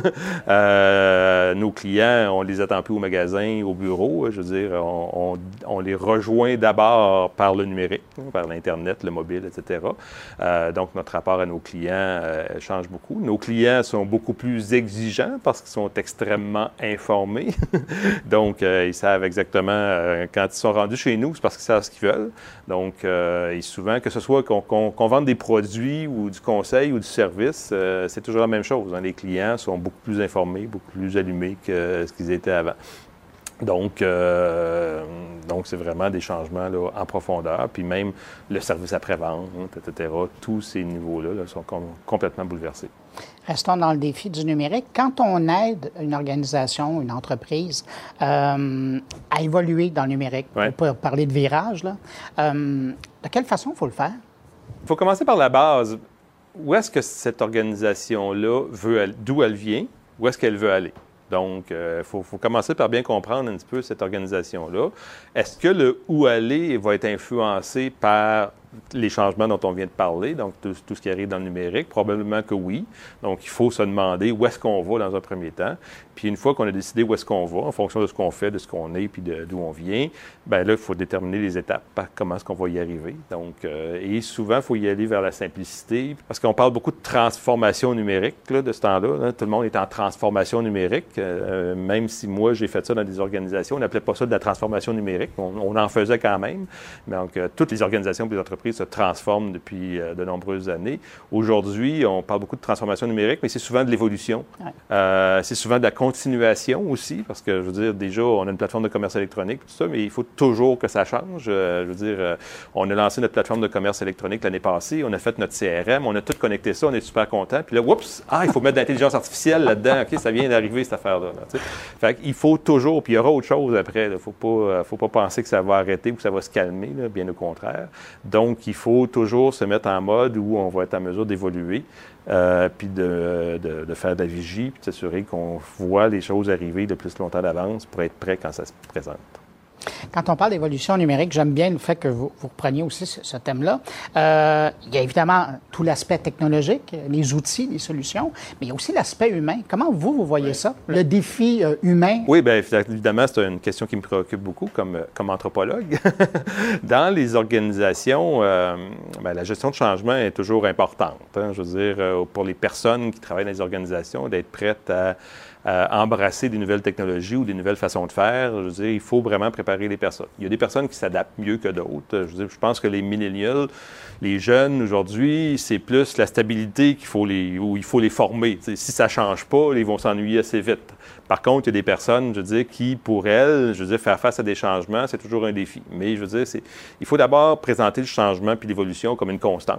E: euh, nos clients, on les attend plus au magasin, au bureau. Je veux dire, on, on, on les rejoint d'abord par le numérique, par l'Internet, le mobile, et cetera. Euh, donc, notre rapport à nos clients euh, change beaucoup. Nos clients sont beaucoup plus exigeants parce qu'ils sont extrêmement informés. Donc, euh, ils savent exactement, euh, quand ils sont rendus chez nous, c'est parce qu'ils savent ce qu'ils veulent. Donc, euh, et souvent, que ce soit qu'on, qu'on, qu'on vende des produits ou du conseil ou du service, euh, c'est toujours la même chose. Hein. Les clients sont beaucoup plus informés, beaucoup plus allumés que ce qu'ils étaient avant. Donc, euh, donc c'est vraiment des changements là, en profondeur. Puis même le service après-vente, et cetera, tous ces niveaux-là là, sont com- complètement bouleversés.
A: Restons dans le défi du numérique. Quand on aide une organisation, une entreprise euh, à évoluer dans le numérique, ouais. On peut parler de virage, là, euh, de quelle façon il faut le faire?
E: Il faut commencer par la base. Où est-ce que cette organisation-là veut aller, d'où elle vient, où est-ce qu'elle veut aller? Donc, il euh, faut, faut commencer par bien comprendre un petit peu cette organisation-là. Est-ce que le où aller va être influencé par les changements dont on vient de parler, donc tout, tout ce qui arrive dans le numérique? Probablement que oui. Donc, il faut se demander où est-ce qu'on va dans un premier temps. Puis, une fois qu'on a décidé où est-ce qu'on va, en fonction de ce qu'on fait, de ce qu'on est, puis de, d'où on vient, bien là, il faut déterminer les étapes, par comment est-ce qu'on va y arriver. Donc, euh, et souvent, il faut y aller vers la simplicité, parce qu'on parle beaucoup de transformation numérique, là, de ce temps-là. Hein. Tout le monde est en transformation numérique. Euh, même si moi, j'ai fait ça dans des organisations, on n'appelait pas ça de la transformation numérique. On, on en faisait quand même. Donc, euh, toutes les organisations et les entreprises se transforment depuis euh, de nombreuses années. Aujourd'hui, on parle beaucoup de transformation numérique, mais c'est souvent de l'évolution. Ouais. Euh, c'est souvent de la continuation aussi, parce que, je veux dire, déjà, on a une plateforme de commerce électronique, tout ça, mais il faut toujours que ça change. Euh, je veux dire, euh, on a lancé notre plateforme de commerce électronique l'année passée, on a fait notre C R M, on a tout connecté ça, on est super content. Puis là, oups, ah, il faut mettre de l'intelligence artificielle là-dedans. OK, ça vient d'arriver, cette affaire-là. Là, fait qu'il faut toujours, puis il y aura autre chose après. Il ne faut pas, faut pas penser que ça va arrêter ou que ça va se calmer, là, bien au contraire. Donc, il faut toujours se mettre en mode où on va être en mesure d'évoluer, euh, puis de, de, de faire de la vigie, puis de s'assurer qu'on voit les choses arriver de plus longtemps d'avance pour être prêt quand ça se présente.
A: Quand on parle d'évolution numérique, j'aime bien le fait que vous, vous repreniez aussi ce, ce thème-là. Euh, il y a évidemment tout l'aspect technologique, les outils, les solutions, mais il y a aussi l'aspect humain. Comment vous, vous voyez oui. ça, le défi euh, humain?
E: Oui, bien évidemment, c'est une question qui me préoccupe beaucoup comme, comme anthropologue. Dans les organisations, euh, bien, la gestion de changement est toujours importante. Hein, je veux dire, euh, pour les personnes qui travaillent dans les organisations, d'être prêtes à à embrasser des nouvelles technologies ou des nouvelles façons de faire. Je veux dire, il faut vraiment préparer les personnes. Il y a des personnes qui s'adaptent mieux que d'autres. Je veux dire, je pense que les millennials, les jeunes aujourd'hui, c'est plus la stabilité qu'il faut les, où il faut les former. T'sais, si ça ne change pas, ils vont s'ennuyer assez vite. Par contre, il y a des personnes, je veux dire, qui, pour elles, je veux dire, faire face à des changements, c'est toujours un défi. Mais je veux dire, c'est, il faut d'abord présenter le changement puis l'évolution comme une constante.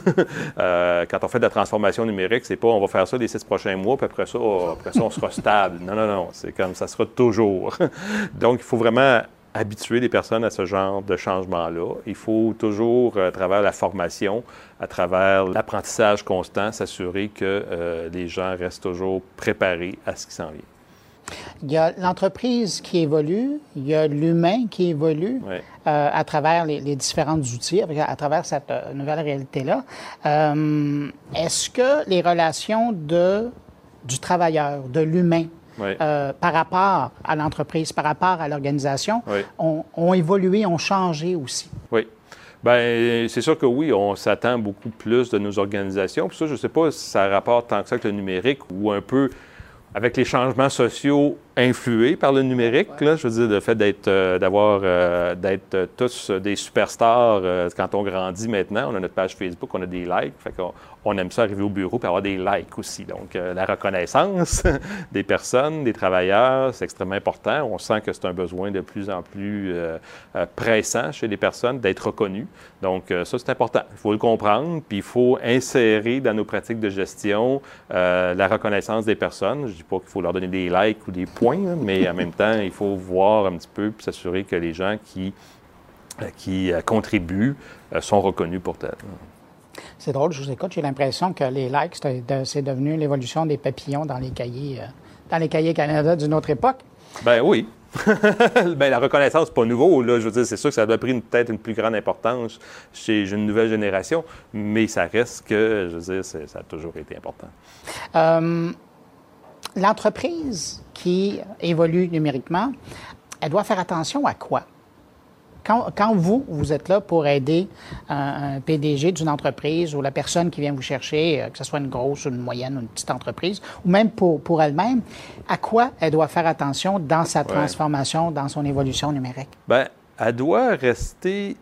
E: euh, quand on fait de la transformation numérique, c'est pas on va faire ça les six prochains mois, puis après ça, après ça on sera stable. Non, non, non, c'est comme ça sera toujours. Donc, il faut vraiment habituer les personnes à ce genre de changement-là. Il faut toujours, à travers la formation, à travers l'apprentissage constant, s'assurer que euh, les gens restent toujours préparés à ce qui s'en vient.
A: Il y a l'entreprise qui évolue, il y a l'humain qui évolue oui. euh, à travers les, les différents outils, à travers cette euh, nouvelle réalité-là. Euh, est-ce que les relations de, du travailleur, de l'humain, oui. euh, par rapport à l'entreprise, par rapport à l'organisation, oui. ont, ont évolué, ont changé aussi?
E: Oui. Bien, c'est sûr que oui, on s'attend beaucoup plus de nos organisations. Puis ça, je ne sais pas si ça rapporte tant que ça avec le numérique ou un peu avec les changements sociaux influés par le numérique, ouais. là, je veux dire, le fait d'être, euh, d'avoir, euh, d'être tous des superstars euh, quand on grandit maintenant. On a notre page Facebook, on a des likes, fait qu'on on aime ça arriver au bureau et avoir des likes aussi. Donc, euh, la reconnaissance des personnes, des travailleurs, c'est extrêmement important. On sent que c'est un besoin de plus en plus euh, euh, pressant chez les personnes d'être reconnus. Donc, euh, ça, c'est important. Il faut le comprendre, puis il faut insérer dans nos pratiques de gestion euh, la reconnaissance des personnes. Je ne dis pas qu'il faut leur donner des likes ou des points, mais en même temps, il faut voir un petit peu puis s'assurer que les gens qui, qui contribuent sont reconnus pour tel.
A: C'est drôle, je vous écoute, j'ai l'impression que les likes, c'est devenu l'évolution des papillons dans les cahiers, dans les cahiers Canada d'une autre époque.
E: Ben oui. Bien, la reconnaissance, c'est pas nouveau. Là. Je veux dire, c'est sûr que ça doit pris peut-être une plus grande importance chez une nouvelle génération, mais ça reste que, je veux dire, ça a toujours été important.
A: Euh, L'entreprise qui évolue numériquement, elle doit faire attention à quoi? Quand, quand vous, vous êtes là pour aider un, un P D G d'une entreprise ou la personne qui vient vous chercher, que ce soit une grosse, une moyenne ou une petite entreprise, ou même pour, pour elle-même, à quoi elle doit faire attention dans sa transformation, ouais. dans son évolution numérique?
E: Bien, elle doit rester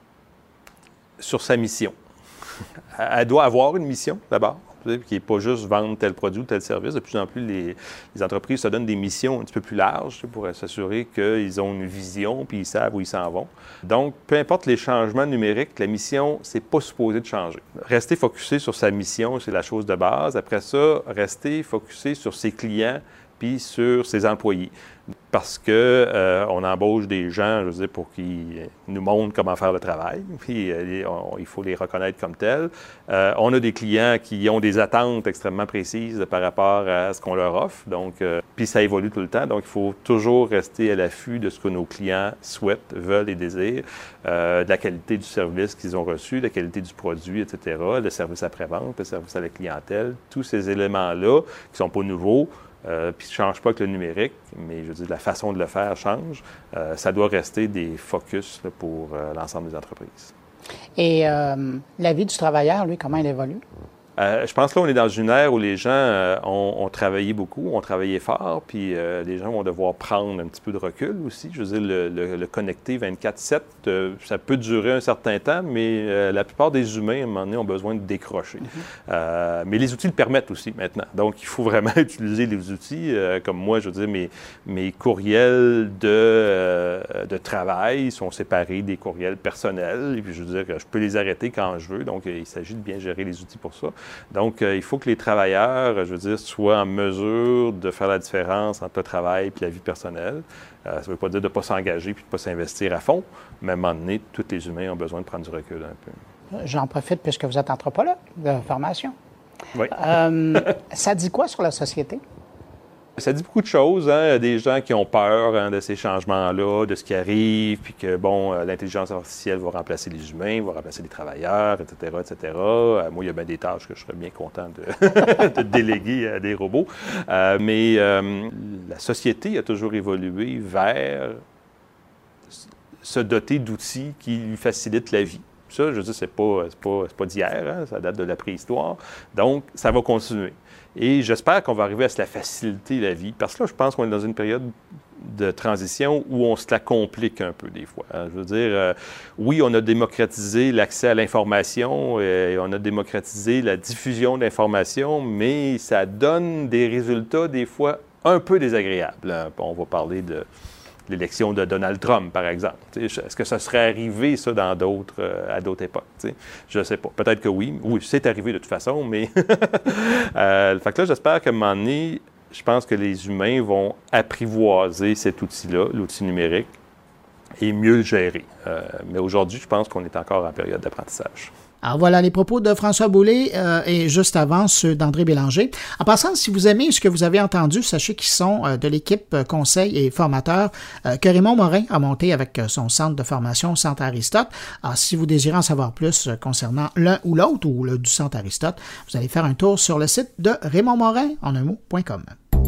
E: sur sa mission. Elle doit avoir une mission, d'abord, qui n'est pas juste vendre tel produit ou tel service. De plus en plus, les, les entreprises se donnent des missions un petit peu plus larges pour s'assurer qu'ils ont une vision puis ils savent où ils s'en vont. Donc, peu importe les changements numériques, la mission, c'est pas supposé de changer. Rester focusé sur sa mission, c'est la chose de base. Après ça, rester focusé sur ses clients puis sur ses employés. Parce que euh, on embauche des gens, je veux dire, pour qu'ils nous montrent comment faire le travail, puis euh, on, il faut les reconnaître comme tels. Euh, on a des clients qui ont des attentes extrêmement précises par rapport à ce qu'on leur offre, donc euh, puis ça évolue tout le temps, donc il faut toujours rester à l'affût de ce que nos clients souhaitent, veulent et désirent, euh, de la qualité du service qu'ils ont reçu, de la qualité du produit, et cetera, le service après-vente, le service à la clientèle, tous ces éléments-là qui sont pas nouveaux. Euh, puis ça ne change pas avec le numérique, mais je veux dire, la façon de le faire change. Euh, ça doit rester des focus là, pour euh, l'ensemble des entreprises.
A: Et euh, la vie du travailleur, lui, comment elle évolue?
E: Euh, je pense que là, on est dans une ère où les gens euh, ont, ont travaillé beaucoup, ont travaillé fort, puis euh, les gens vont devoir prendre un petit peu de recul aussi. Je veux dire, le, le, le connecté vingt-quatre sept, euh, ça peut durer un certain temps, mais euh, la plupart des humains, à un moment donné, ont besoin de décrocher. Mm-hmm. euh, mais les outils le permettent aussi maintenant. Donc, il faut vraiment utiliser les outils. Euh, comme moi, je veux dire, mes, mes courriels de, euh, de travail sont séparés des courriels personnels. Et puis, je veux dire, je peux les arrêter quand je veux. Donc, il s'agit de bien gérer les outils pour ça. Donc, euh, il faut que les travailleurs, je veux dire, soient en mesure de faire la différence entre le travail et la vie personnelle. Euh, ça ne veut pas dire de ne pas s'engager puis de ne pas s'investir à fond, mais à un moment donné, tous les humains ont besoin de prendre du recul un peu.
A: J'en profite puisque vous êtes anthropologue de formation.
E: Oui.
A: euh, ça dit quoi sur la société?
E: Ça dit beaucoup de choses, hein? Il y a des gens qui ont peur hein, de ces changements-là, de ce qui arrive, puis que, bon, euh, l'intelligence artificielle va remplacer les humains, va remplacer les travailleurs, et cetera, et cetera. Euh, moi, il y a bien des tâches que je serais bien content de, de déléguer à des robots. Euh, mais euh, la société a toujours évolué vers se doter d'outils qui lui facilitent la vie. Ça, je veux dire, c'est pas, c'est pas, c'est pas d'hier, hein? Ça date de la préhistoire. Donc, ça va continuer. Et j'espère qu'on va arriver à se la faciliter, la vie, parce que là, je pense qu'on est dans une période de transition où on se la complique un peu des fois. Hein. Je veux dire, euh, oui, on a démocratisé l'accès à l'information et on a démocratisé la diffusion d'informations, mais ça donne des résultats des fois un peu désagréables. Hein. On va parler de l'élection de Donald Trump, par exemple. T'sais, est-ce que ça serait arrivé, ça, dans d'autres, euh, à d'autres époques? T'sais? Je ne sais pas. Peut-être que oui. Oui, c'est arrivé de toute façon, mais... euh, fait que là, j'espère qu'à un moment donné, je pense que les humains vont apprivoiser cet outil-là, l'outil numérique, et mieux le gérer. Euh, mais aujourd'hui, je pense qu'on est encore en période d'apprentissage.
A: Alors voilà les propos de François Boulay euh, et juste avant ceux d'André Bélanger. En passant, si vous aimez ce que vous avez entendu, sachez qu'ils sont euh, de l'équipe euh, conseil et formateur euh, que Raymond Morin a monté avec euh, son centre de formation, Centre Aristote. Alors si vous désirez en savoir plus euh, concernant l'un ou l'autre ou le du Centre Aristote, vous allez faire un tour sur le site de raymond morin en un mot point com.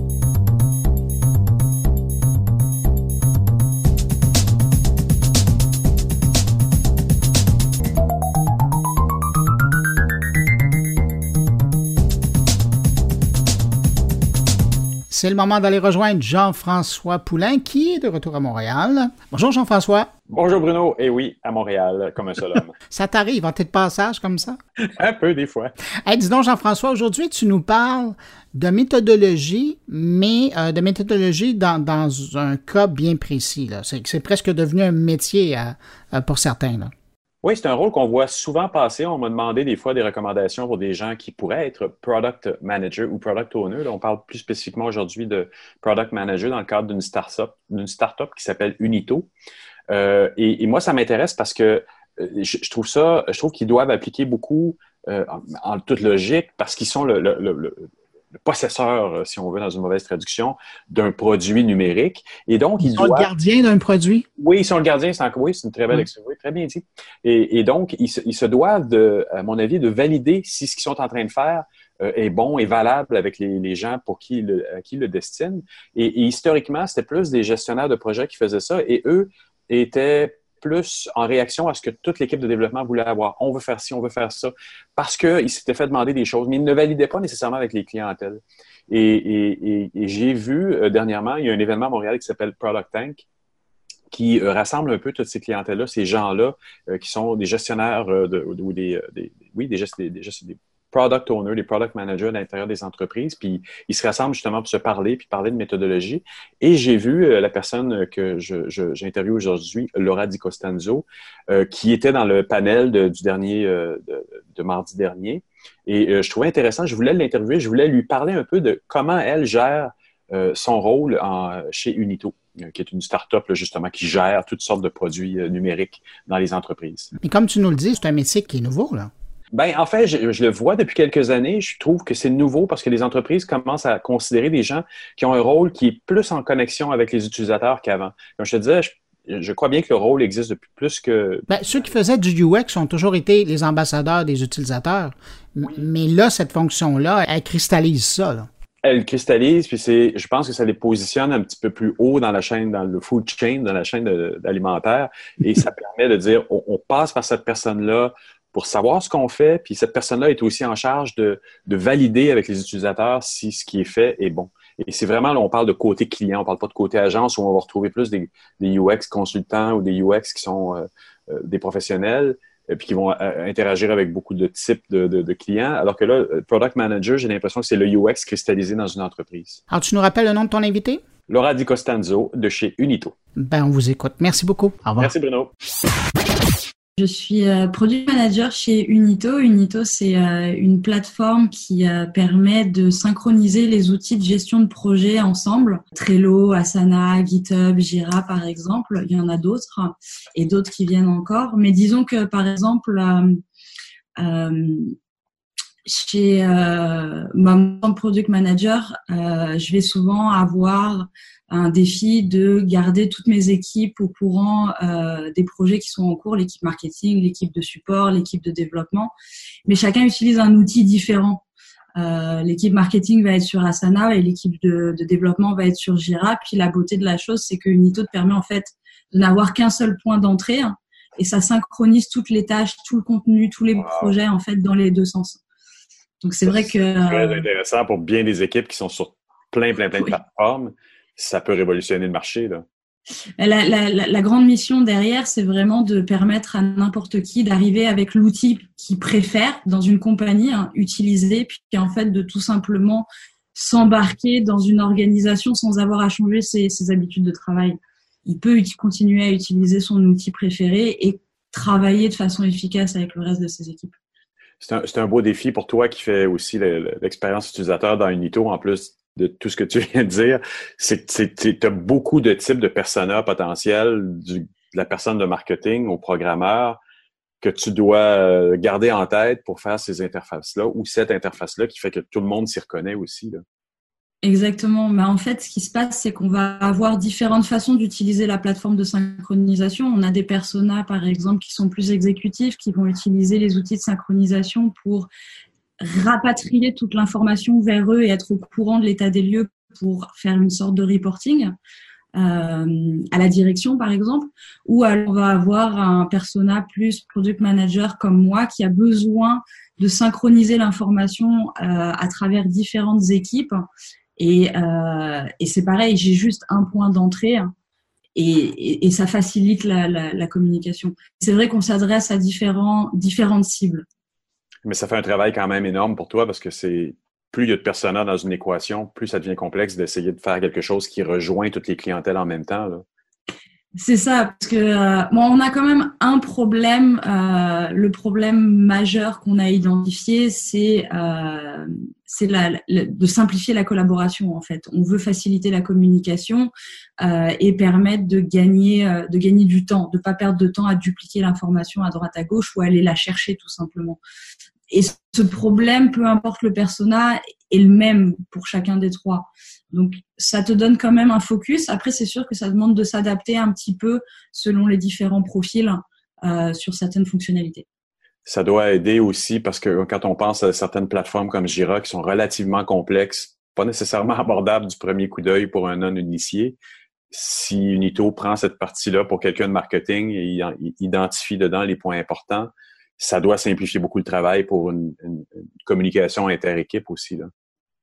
A: C'est le moment d'aller rejoindre Jean-François Poulain, qui est de retour à Montréal. Bonjour Jean-François.
F: Bonjour Bruno. Eh oui, à Montréal, comme un seul homme.
A: Ça t'arrive, en tête de passage comme ça?
F: Un peu, des fois.
A: Hey, dis donc Jean-François, aujourd'hui, tu nous parles de méthodologie, mais euh, de méthodologie dans, dans un cas bien précis. Là. C'est, c'est presque devenu un métier à, à, pour certains. Là.
F: Oui, c'est un rôle qu'on voit souvent passer. On m'a demandé des fois des recommandations pour des gens qui pourraient être product manager ou product owner. Là, on parle plus spécifiquement aujourd'hui de product manager dans le cadre d'une start-up, d'une start-up qui s'appelle Unito. Euh, et, et moi, ça m'intéresse parce que euh, je, je trouve ça, je trouve qu'ils doivent appliquer beaucoup euh, en, en toute logique parce qu'ils sont le, le, le, le le possesseur, si on veut, dans une mauvaise traduction, d'un produit numérique. Et donc, ils, ils sont doivent...
A: le gardien d'un produit?
F: Oui, ils sont le gardien. C'est, en... oui, c'est une très belle expression. Oui, très bien dit. Et, et donc, ils se, ils se doivent, de, à mon avis, de valider si ce qu'ils sont en train de faire euh, est bon et valable avec les, les gens pour qui ils le, à qui ils le destinent. Et, et historiquement, c'était plus des gestionnaires de projets qui faisaient ça. Et eux étaient plus en réaction à ce que toute l'équipe de développement voulait avoir. On veut faire ci, on veut faire ça, parce qu'ils s'étaient fait demander des choses, mais ils ne validaient pas nécessairement avec les clientèles. Et, et, et, et j'ai vu euh, dernièrement, il y a un événement à Montréal qui s'appelle Product Tank, qui euh, rassemble un peu toutes ces clientèles-là, ces gens-là, euh, qui sont des gestionnaires euh, de, ou des, des, oui, des, des, des, des product owners, des product managers à l'intérieur des entreprises, puis ils se rassemblent justement pour se parler, puis parler de méthodologie. Et j'ai vu euh, la personne que je, je, j'interviewe aujourd'hui, Laura Di Costanzo, euh, qui était dans le panel de, du dernier, euh, de, de mardi dernier. Et euh, je trouvais intéressant, je voulais l'interviewer, je voulais lui parler un peu de comment elle gère euh, son rôle en, chez Unito, qui est une start-up là, justement qui gère toutes sortes de produits euh, numériques dans les entreprises.
A: Mais comme tu nous le dis, c'est un métier qui est nouveau, là.
F: Ben, en fait, je, je le vois depuis quelques années. Je trouve que c'est nouveau parce que les entreprises commencent à considérer des gens qui ont un rôle qui est plus en connexion avec les utilisateurs qu'avant. Comme je te disais, je, je crois bien que le rôle existe depuis plus que...
A: Ben, ceux qui faisaient du U X ont toujours été les ambassadeurs des utilisateurs. Oui. Mais là, cette fonction-là, elle cristallise ça, là.
F: Elle cristallise, puis c'est, je pense que ça les positionne un petit peu plus haut dans la chaîne, dans le food chain, dans la chaîne de, alimentaire. Et ça permet de dire, on, on passe par cette personne-là pour savoir ce qu'on fait, puis cette personne-là est aussi en charge de, de valider avec les utilisateurs si ce qui est fait est bon. Et c'est vraiment, là, on parle de côté client, on parle pas de côté agence où on va retrouver plus des, des U X consultants ou des U X qui sont euh, euh, des professionnels, et puis qui vont euh, interagir avec beaucoup de types de, de, de clients. Alors que là, Product Manager, j'ai l'impression que c'est le U X cristallisé dans une entreprise.
A: Alors, tu nous rappelles le nom de ton invité?
F: Laura Di Costanzo de chez Unito.
A: Ben, on vous écoute. Merci beaucoup. Au revoir.
F: Merci, Bruno.
G: Je suis euh, product manager chez Unito. Unito, c'est euh, une plateforme qui euh, permet de synchroniser les outils de gestion de projet ensemble. Trello, Asana, GitHub, Jira, par exemple. Il y en a d'autres et d'autres qui viennent encore. Mais disons que, par exemple, euh, euh, Chez euh, mon product manager, euh, je vais souvent avoir un défi de garder toutes mes équipes au courant euh, des projets qui sont en cours, l'équipe marketing, l'équipe de support, l'équipe de développement. Mais chacun utilise un outil différent. Euh, l'équipe marketing va être sur Asana et l'équipe de, de développement va être sur Jira. Puis la beauté de la chose, c'est que Unito te permet en fait de n'avoir qu'un seul point d'entrée hein, et ça synchronise toutes les tâches, tout le contenu, tous les wow. projets en fait dans les deux sens. Donc c'est ça, vrai que
F: c'est très euh, intéressant pour bien des équipes qui sont sur plein plein plein oui. de plateformes. Ça peut révolutionner le marché là.
G: La, la, la, la grande mission derrière, c'est vraiment de permettre à n'importe qui d'arriver avec l'outil qu'il préfère dans une compagnie, hein, utiliser, puis en fait de tout simplement s'embarquer dans une organisation sans avoir à changer ses, ses habitudes de travail. Il peut continuer à utiliser son outil préféré et travailler de façon efficace avec le reste de ses équipes.
F: C'est un, c'est un beau défi pour toi qui fait aussi le, l'expérience utilisateur dans Unito, en plus de tout ce que tu viens de dire. C'est que tu as beaucoup de types de personas potentiels, du, de la personne de marketing au programmeur, que tu dois garder en tête pour faire ces interfaces-là ou cette interface-là qui fait que tout le monde s'y reconnaît aussi, là.
G: Exactement. Mais en fait, ce qui se passe, c'est qu'on va avoir différentes façons d'utiliser la plateforme de synchronisation. On a des personas, par exemple, qui sont plus exécutifs, qui vont utiliser les outils de synchronisation pour rapatrier toute l'information vers eux et être au courant de l'état des lieux pour faire une sorte de reporting euh, à la direction, par exemple. Ou alors, on va avoir un persona plus product manager comme moi qui a besoin de synchroniser l'information euh, à travers différentes équipes. Et, euh, et c'est pareil, j'ai juste un point d'entrée et, et, et ça facilite la, la, la communication. C'est vrai qu'on s'adresse à différents, différentes cibles.
F: Mais ça fait un travail quand même énorme pour toi parce que c'est plus il y a de personas dans une équation, plus ça devient complexe d'essayer de faire quelque chose qui rejoint toutes les clientèles en même temps, là.
G: C'est ça, parce que euh, bon, on a quand même un problème. Euh, le problème majeur qu'on a identifié, c'est euh, c'est la, la, de simplifier la collaboration. En fait, on veut faciliter la communication euh, et permettre de gagner euh, de gagner du temps, de pas perdre de temps à dupliquer l'information à droite à gauche ou aller la chercher tout simplement. Et ce problème, peu importe le persona, est le même pour chacun des trois. Donc, ça te donne quand même un focus. Après, c'est sûr que ça demande de s'adapter un petit peu selon les différents profils euh, sur certaines fonctionnalités.
F: Ça doit aider aussi parce que quand on pense à certaines plateformes comme Jira qui sont relativement complexes, pas nécessairement abordables du premier coup d'œil pour un non-initié, si Unito prend cette partie-là pour quelqu'un de marketing et il identifie dedans les points importants, ça doit simplifier beaucoup le travail pour une, une, une communication inter-équipe aussi, là.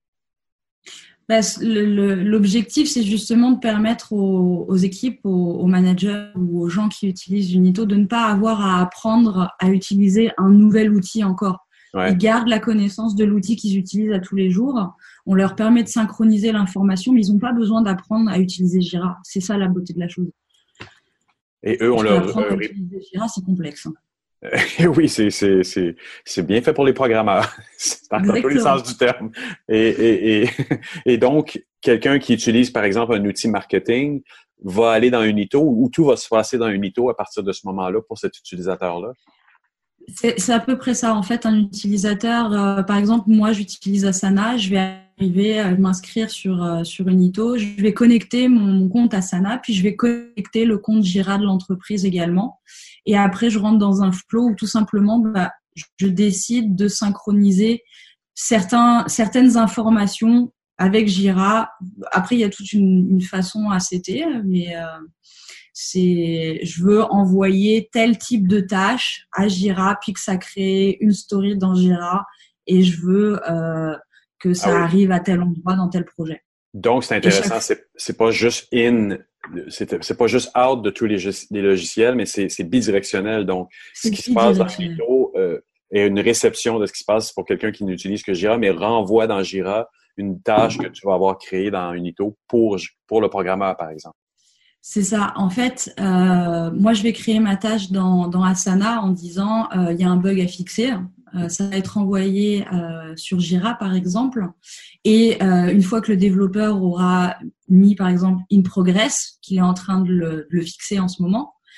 G: Ben, le, le, l'objectif, c'est justement de permettre aux, aux équipes, aux, aux managers ou aux gens qui utilisent Unito de ne pas avoir à apprendre à utiliser un nouvel outil encore. Ouais. Ils gardent la connaissance de l'outil qu'ils utilisent à tous les jours. On leur permet de synchroniser l'information, mais ils n'ont pas besoin d'apprendre à utiliser Jira. C'est ça la beauté de la chose.
F: Et eux, on leur...
G: Apprendre à utiliser Jira, c'est complexe.
F: Oui, c'est, c'est, c'est, c'est bien fait pour les programmeurs. C'est dans tous les sens du terme. Et, et, et, et donc, quelqu'un qui utilise, par exemple, un outil marketing va aller dans Unito ou tout va se passer dans Unito à partir de ce moment-là pour cet utilisateur-là?
G: C'est, c'est à peu près ça. En fait, un utilisateur, euh, par exemple, moi, j'utilise Asana, je vais arriver à m'inscrire sur, euh, sur Unito, je vais connecter mon, mon compte Asana, puis je vais connecter le compte Jira de l'entreprise également. Et après, je rentre dans un flow où tout simplement, bah, je décide de synchroniser certains, certaines informations avec Jira. Après, il y a toute une, une façon à setter, mais euh, c'est, je veux envoyer tel type de tâche à Jira, puis que ça crée une story dans Jira, et je veux euh, que ça ah oui. arrive à tel endroit dans tel projet.
F: Donc, c'est intéressant. Chaque... C'est, c'est pas juste in, c'est, c'est pas juste out de tous les, les logiciels, mais c'est, c'est bidirectionnel. Donc, c'est ce qui se passe dans Unito euh, est une réception de ce qui se passe pour quelqu'un qui n'utilise que Jira, mais renvoie dans Jira une tâche que tu vas avoir créée dans Unito pour, pour le programmeur, par exemple.
G: C'est ça. En fait, euh, moi, je vais créer ma tâche dans, dans Asana en disant euh, il y a un bug à fixer. Euh, ça va être envoyé euh, sur Jira, par exemple. Et euh, une fois que le développeur aura mis, par exemple, in progress, qu'il est en train de le, de le fixer en ce moment,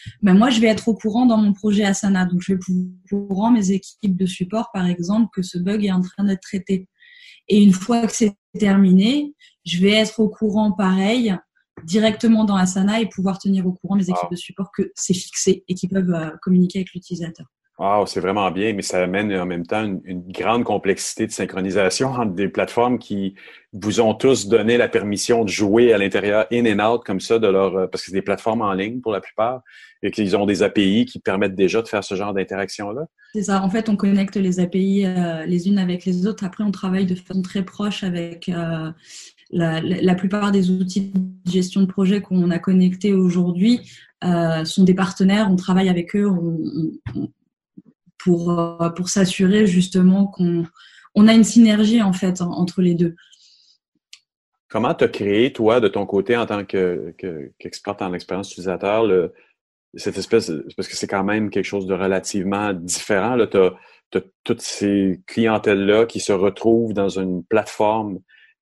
G: ben moi, je vais être au courant dans mon projet Asana. Donc, je vais être au courant, mes équipes de support, par exemple, que ce bug est en train d'être traité. Et une fois que c'est terminé, je vais être au courant, pareil, directement dans Asana et pouvoir tenir au courant mes équipes
F: wow.
G: de support que c'est fixé et qu'ils peuvent euh, communiquer avec l'utilisateur.
F: Wow, c'est vraiment bien, mais ça amène en même temps une, une grande complexité de synchronisation entre des plateformes qui vous ont tous donné la permission de jouer à l'intérieur, in and out, comme ça, de leur, parce que c'est des plateformes en ligne pour la plupart, et qu'ils ont des A P I qui permettent déjà de faire ce genre d'interaction-là.
G: C'est ça. En fait, on connecte les A P I euh, les unes avec les autres. Après, on travaille de façon très proche avec euh, la, la plupart des outils de gestion de projet qu'on a connectés aujourd'hui euh, sont des partenaires. On travaille avec eux. On, on, pour pour s'assurer justement qu'on on a une synergie en fait entre les deux.
F: Comment tu as créé, toi, de ton côté, en tant que, que, qu'experte en expérience utilisateur, le, cette espèce, parce que c'est quand même quelque chose de relativement différent, là, tu as toutes ces clientèles-là qui se retrouvent dans une plateforme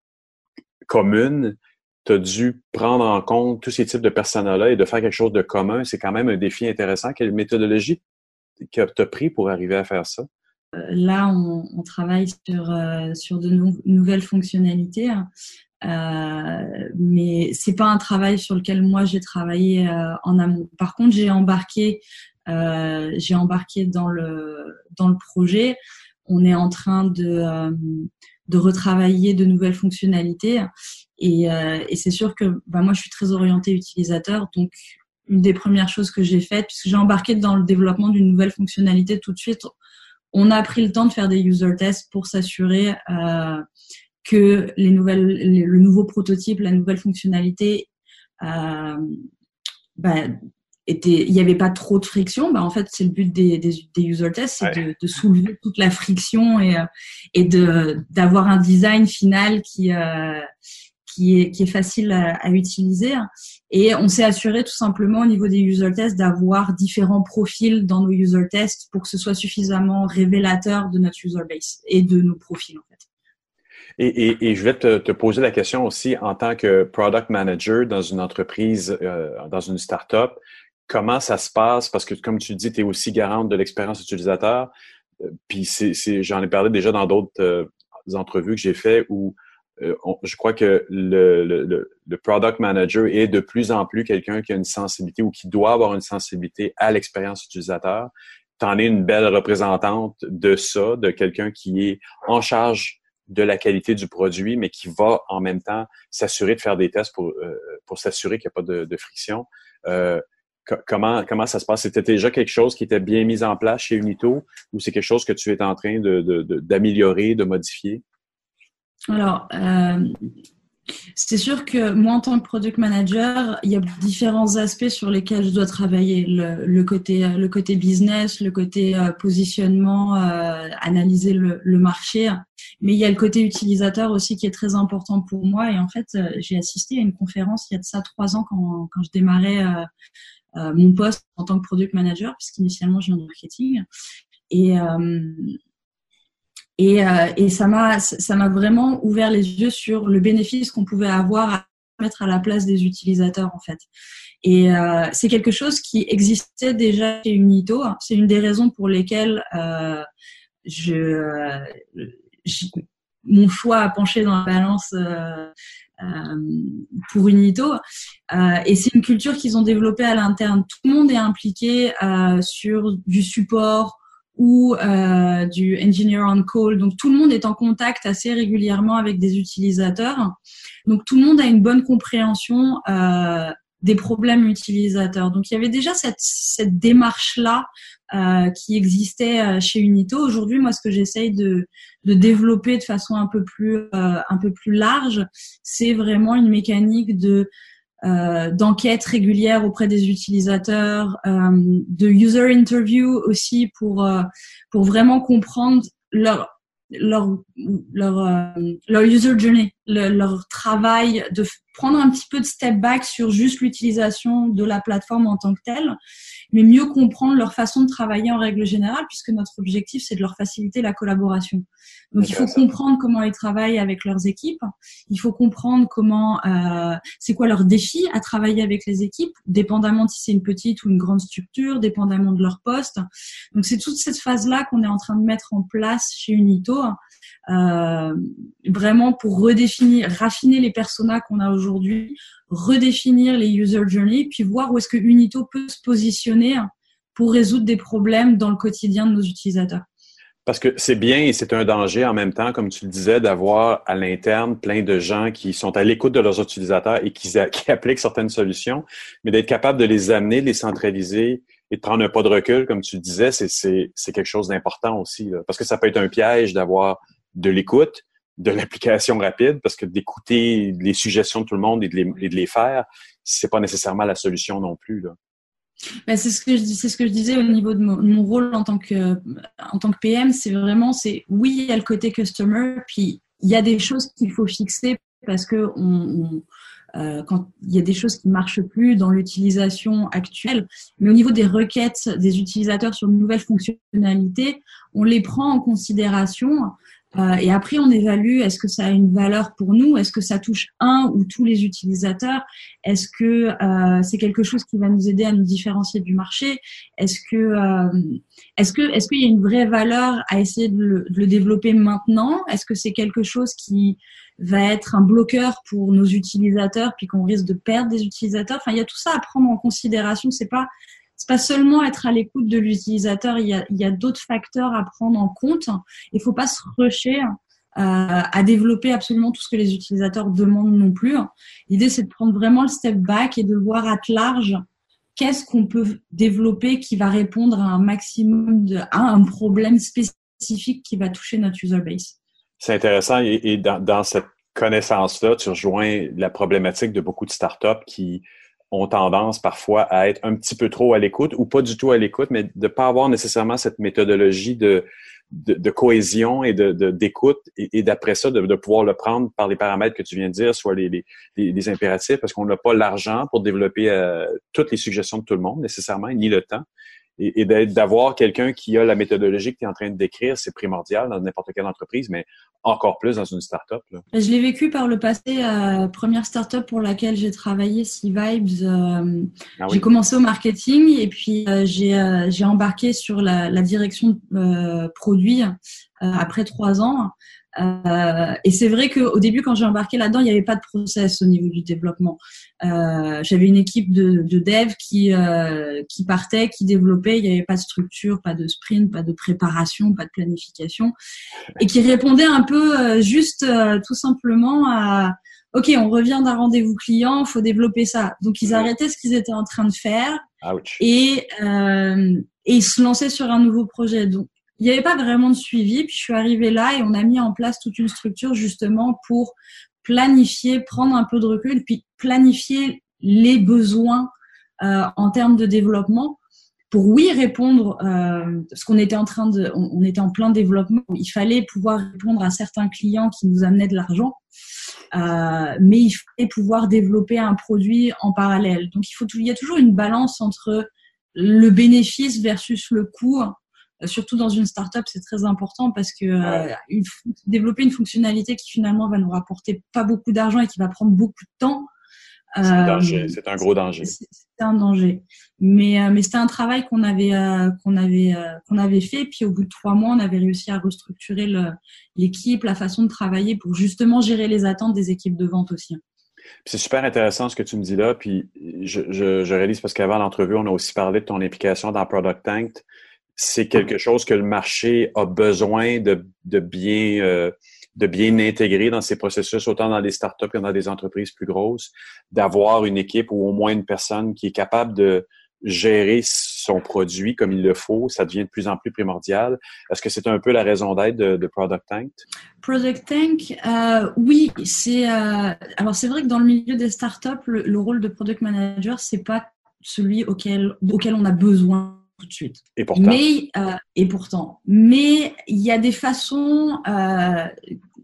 F: commune. Tu as dû prendre en compte tous ces types de personas-là et de faire quelque chose de commun. C'est quand même un défi intéressant. Quelle méthodologie que tu as pris pour arriver à faire ça?
G: Là, on, on travaille sur, euh, sur de nou- nouvelles fonctionnalités, euh, mais c'est pas un travail sur lequel moi j'ai travaillé euh, en amont. Par contre, j'ai embarqué, euh, j'ai embarqué dans le dans le projet. On est en train de euh, de retravailler de nouvelles fonctionnalités et, euh, et c'est sûr que bah, moi je suis très orientée utilisateur, donc une des premières choses que j'ai faites, puisque j'ai embarqué dans le développement d'une nouvelle fonctionnalité tout de suite, on a pris le temps de faire des user tests pour s'assurer euh, que les nouvelles, les, le nouveau prototype, la nouvelle fonctionnalité, euh, bah, était, il n'y avait pas trop de friction. Bah, en fait, c'est le but des, des, des user tests, c'est ouais. de, de soulever toute la friction et, et de, d'avoir un design final qui euh, qui est, qui est facile à, à utiliser. Et on s'est assuré tout simplement au niveau des user tests d'avoir différents profils dans nos user tests pour que ce soit suffisamment révélateur de notre user base et de nos profils, en fait.
F: Et, et, et je vais te, te poser la question aussi en tant que product manager dans une entreprise, euh, dans une start-up, comment ça se passe? Parce que comme tu dis, tu es aussi garante de l'expérience utilisateur. Euh, puis c'est, c'est, j'en ai parlé déjà dans d'autres euh, entrevues que j'ai fait où Euh, on, je crois que le, le, le product manager est de plus en plus quelqu'un qui a une sensibilité ou qui doit avoir une sensibilité à l'expérience utilisateur. Tu en es une belle représentante de ça, de quelqu'un qui est en charge de la qualité du produit, mais qui va en même temps s'assurer de faire des tests pour, euh, pour s'assurer qu'il n'y a pas de, de friction. Euh, co- comment, comment ça se passe? C'était déjà quelque chose qui était bien mis en place chez Unito ou c'est quelque chose que tu es en train de, de, de, d'améliorer, de modifier?
G: Alors, euh, c'est sûr que moi, en tant que product manager, il y a différents aspects sur lesquels je dois travailler. Le, le côté, le côté business, le côté euh, positionnement, euh, analyser le, le marché. Mais il y a le côté utilisateur aussi qui est très important pour moi. Et en fait, euh, j'ai assisté à une conférence il y a de ça trois ans quand, quand je démarrais euh, euh, mon poste en tant que product manager, puisqu'initialement, je viens de marketing. Et... Euh, Et, euh, et ça m'a, ça m'a vraiment ouvert les yeux sur le bénéfice qu'on pouvait avoir à mettre à la place des utilisateurs, en fait. Et euh, c'est quelque chose qui existait déjà chez Unito. C'est une des raisons pour lesquelles euh, je, je, mon choix a penché dans la balance euh, euh, pour Unito. Euh, et c'est une culture qu'ils ont développée à l'interne. Tout le monde est impliqué euh, sur du support, ou euh, du engineer on call. Donc, tout le monde est en contact assez régulièrement avec des utilisateurs. Donc, tout le monde a une bonne compréhension euh, des problèmes utilisateurs. Donc, il y avait déjà cette, cette démarche-là euh, qui existait chez Unito. Aujourd'hui, moi, ce que j'essaye de, de développer de façon un peu plus, euh, un peu plus large, c'est vraiment une mécanique de Euh, d'enquête régulière auprès des utilisateurs, euh, de user interview aussi pour euh, pour vraiment comprendre leur leur leur euh, leur user journey, le, leur travail, de prendre un petit peu de step back sur juste l'utilisation de la plateforme en tant que telle, mais mieux comprendre leur façon de travailler en règle générale, puisque notre objectif, c'est de leur faciliter la collaboration. Donc, il faut comprendre comment ils travaillent avec leurs équipes. Il faut comprendre comment, euh, c'est quoi leur défi à travailler avec les équipes, dépendamment si c'est une petite ou une grande structure, dépendamment de leur poste. Donc, c'est toute cette phase-là qu'on est en train de mettre en place chez Unito, euh, vraiment pour redéfinir, raffiner les personas qu'on a aujourd'hui, redéfinir les user journey, puis voir où est-ce que Unito peut se positionner pour résoudre des problèmes dans le quotidien de nos utilisateurs.
F: Parce que c'est bien et c'est un danger en même temps, comme tu le disais, d'avoir à l'interne plein de gens qui sont à l'écoute de leurs utilisateurs et qui, qui appliquent certaines solutions, mais d'être capable de les amener, de les centraliser et de prendre un pas de recul, comme tu le disais, c'est, c'est, c'est quelque chose d'important aussi, là, parce que ça peut être un piège d'avoir de l'écoute, de l'application rapide, parce que d'écouter les suggestions de tout le monde et de les, et de les faire, c'est pas nécessairement la solution non plus, là.
G: Ben, c'est ce que je dis, c'est ce que je disais au niveau de mon, de mon rôle en tant que en tant que P M, c'est vraiment c'est oui, il y a le côté customer, puis il y a des choses qu'il faut fixer parce que on, on euh, quand il y a des choses qui marchent plus dans l'utilisation actuelle, mais au niveau des requêtes des utilisateurs sur de nouvelles fonctionnalités, on les prend en considération. Euh, et après, on évalue, est-ce que ça a une valeur pour nous? Est-ce que ça touche un ou tous les utilisateurs? Est-ce que euh, c'est quelque chose qui va nous aider à nous différencier du marché? Est-ce que euh, est-ce que est-ce qu'il y a une vraie valeur à essayer de le, de le développer maintenant? Est-ce que c'est quelque chose qui va être un bloqueur pour nos utilisateurs puis qu'on risque de perdre des utilisateurs? Enfin, il y a tout ça à prendre en considération. C'est pas C'est pas seulement être à l'écoute de l'utilisateur, il y a, il y a d'autres facteurs à prendre en compte. Il faut pas se rusher euh, à développer absolument tout ce que les utilisateurs demandent non plus. L'idée, c'est de prendre vraiment le step back et de voir à large qu'est-ce qu'on peut développer qui va répondre à un maximum de, à un problème spécifique qui va toucher notre user base.
F: C'est intéressant et, et dans, dans cette connaissance-là, tu rejoins la problématique de beaucoup de startups qui ont tendance parfois à être un petit peu trop à l'écoute ou pas du tout à l'écoute, mais de ne pas avoir nécessairement cette méthodologie de, de, de cohésion et de, de, d'écoute et, et d'après ça, de, de pouvoir le prendre par les paramètres que tu viens de dire, soit les, les, les, les impératifs, parce qu'on n'a pas l'argent pour développer euh, toutes les suggestions de tout le monde nécessairement, ni le temps. Et, et d'être, d'avoir quelqu'un qui a la méthodologie que tu es en train de décrire, c'est primordial dans n'importe quelle entreprise, mais encore plus dans une start-up, là.
G: Je l'ai vécu par le passé. Euh, première start-up pour laquelle j'ai travaillé, C-Vibes. Euh, ah oui. J'ai commencé au marketing et puis euh, j'ai, euh, j'ai embarqué sur la, la direction euh, produit euh, après trois ans. Euh, et c'est vrai qu'au début, quand j'ai embarqué là-dedans, il n'y avait pas de process au niveau du développement. Euh, j'avais une équipe de, de dev qui euh, qui partait, qui développait. Il n'y avait pas de structure, pas de sprint, pas de préparation, pas de planification, et qui répondait un peu euh, juste euh, tout simplement à OK, on revient d'un rendez-vous client, faut développer ça. Donc ils arrêtaient ce qu'ils étaient en train de faire
F: Ouch.
G: et euh, et ils se lançaient sur un nouveau projet. Donc il n'y avait pas vraiment de suivi, puis je suis arrivée là et on a mis en place toute une structure justement pour planifier, prendre un peu de recul, puis planifier les besoins euh, en termes de développement pour, oui, répondre, euh, parce qu'on était en train de, on, on était en plein développement, il fallait pouvoir répondre à certains clients qui nous amenaient de l'argent, euh, mais il fallait pouvoir développer un produit en parallèle. Donc il faut, il y a toujours une balance entre le bénéfice versus le coût. Surtout dans une startup, c'est très important parce que euh, une, développer une fonctionnalité qui finalement va nous rapporter pas beaucoup d'argent et qui va prendre beaucoup de temps,
F: c'est, euh, un, danger. C'est un gros danger.
G: C'est, c'est un danger. Mais, euh, mais c'était un travail qu'on avait euh, qu'on avait euh, qu'on avait fait. Puis au bout de trois mois, on avait réussi à restructurer le, l'équipe, la façon de travailler pour justement gérer les attentes des équipes de vente aussi.
F: C'est super intéressant ce que tu me dis là. Puis je, je, je réalise parce qu'avant l'entrevue, on a aussi parlé de ton implication dans Product Tank. C'est quelque chose que le marché a besoin de, de bien euh, de bien intégrer dans ses processus, autant dans les startups que dans des entreprises plus grosses, d'avoir une équipe ou au moins une personne qui est capable de gérer son produit comme il le faut. Ça devient de plus en plus primordial. Est-ce que c'est un peu la raison d'être de, de Product Tank?
G: Product Tank, euh, oui. C'est, euh, alors, c'est vrai que dans le milieu des startups, le, le rôle de Product Manager, c'est pas celui auquel, auquel on a besoin tout de suite.
F: Et pourtant.
G: Mais, euh, et pourtant. Mais il y a des façons, euh,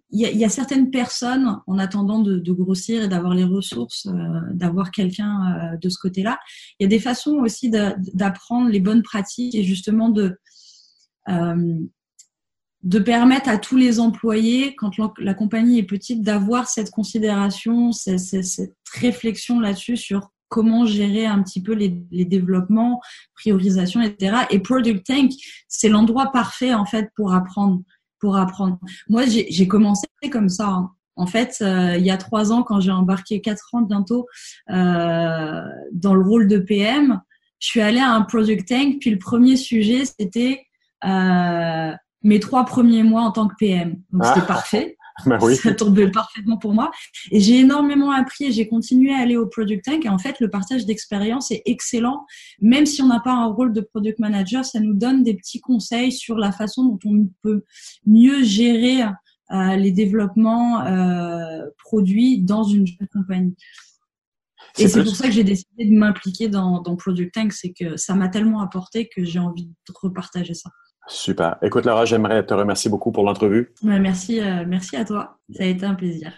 G: il y a, il y a certaines personnes, en attendant de, de grossir et d'avoir les ressources, euh, d'avoir quelqu'un euh, de ce côté-là, il y a des façons aussi de, d'apprendre les bonnes pratiques et justement de euh, de permettre à tous les employés, quand la compagnie est petite, d'avoir cette considération, cette, cette réflexion là-dessus sur comment gérer un petit peu les, les développements, priorisation, et cetera. Et Product Tank, c'est l'endroit parfait en fait pour apprendre. Pour apprendre. Moi, j'ai, j'ai commencé comme ça. Hein. En fait, euh, il y a trois ans, quand j'ai embarqué quatre ans bientôt euh, dans le rôle de P M, je suis allée à un Product Tank. Puis le premier sujet, c'était euh, mes trois premiers mois en tant que P M. Donc ah. C'était parfait.
F: Ben oui.
G: Ça tombait parfaitement pour moi. Et j'ai énormément appris et j'ai continué à aller au Product Tank. Et en fait, le partage d'expérience est excellent. Même si on n'a pas un rôle de Product Manager, ça nous donne des petits conseils sur la façon dont on peut mieux gérer euh, les développements euh, produits dans une jeune compagnie. C'est et c'est plus... pour ça que j'ai décidé de m'impliquer dans, dans Product Tank. C'est que ça m'a tellement apporté que j'ai envie de repartager ça.
F: Super. Écoute, Laura, j'aimerais te remercier beaucoup pour l'entrevue.
G: Ouais, merci, euh, merci à toi. Ça a été un plaisir.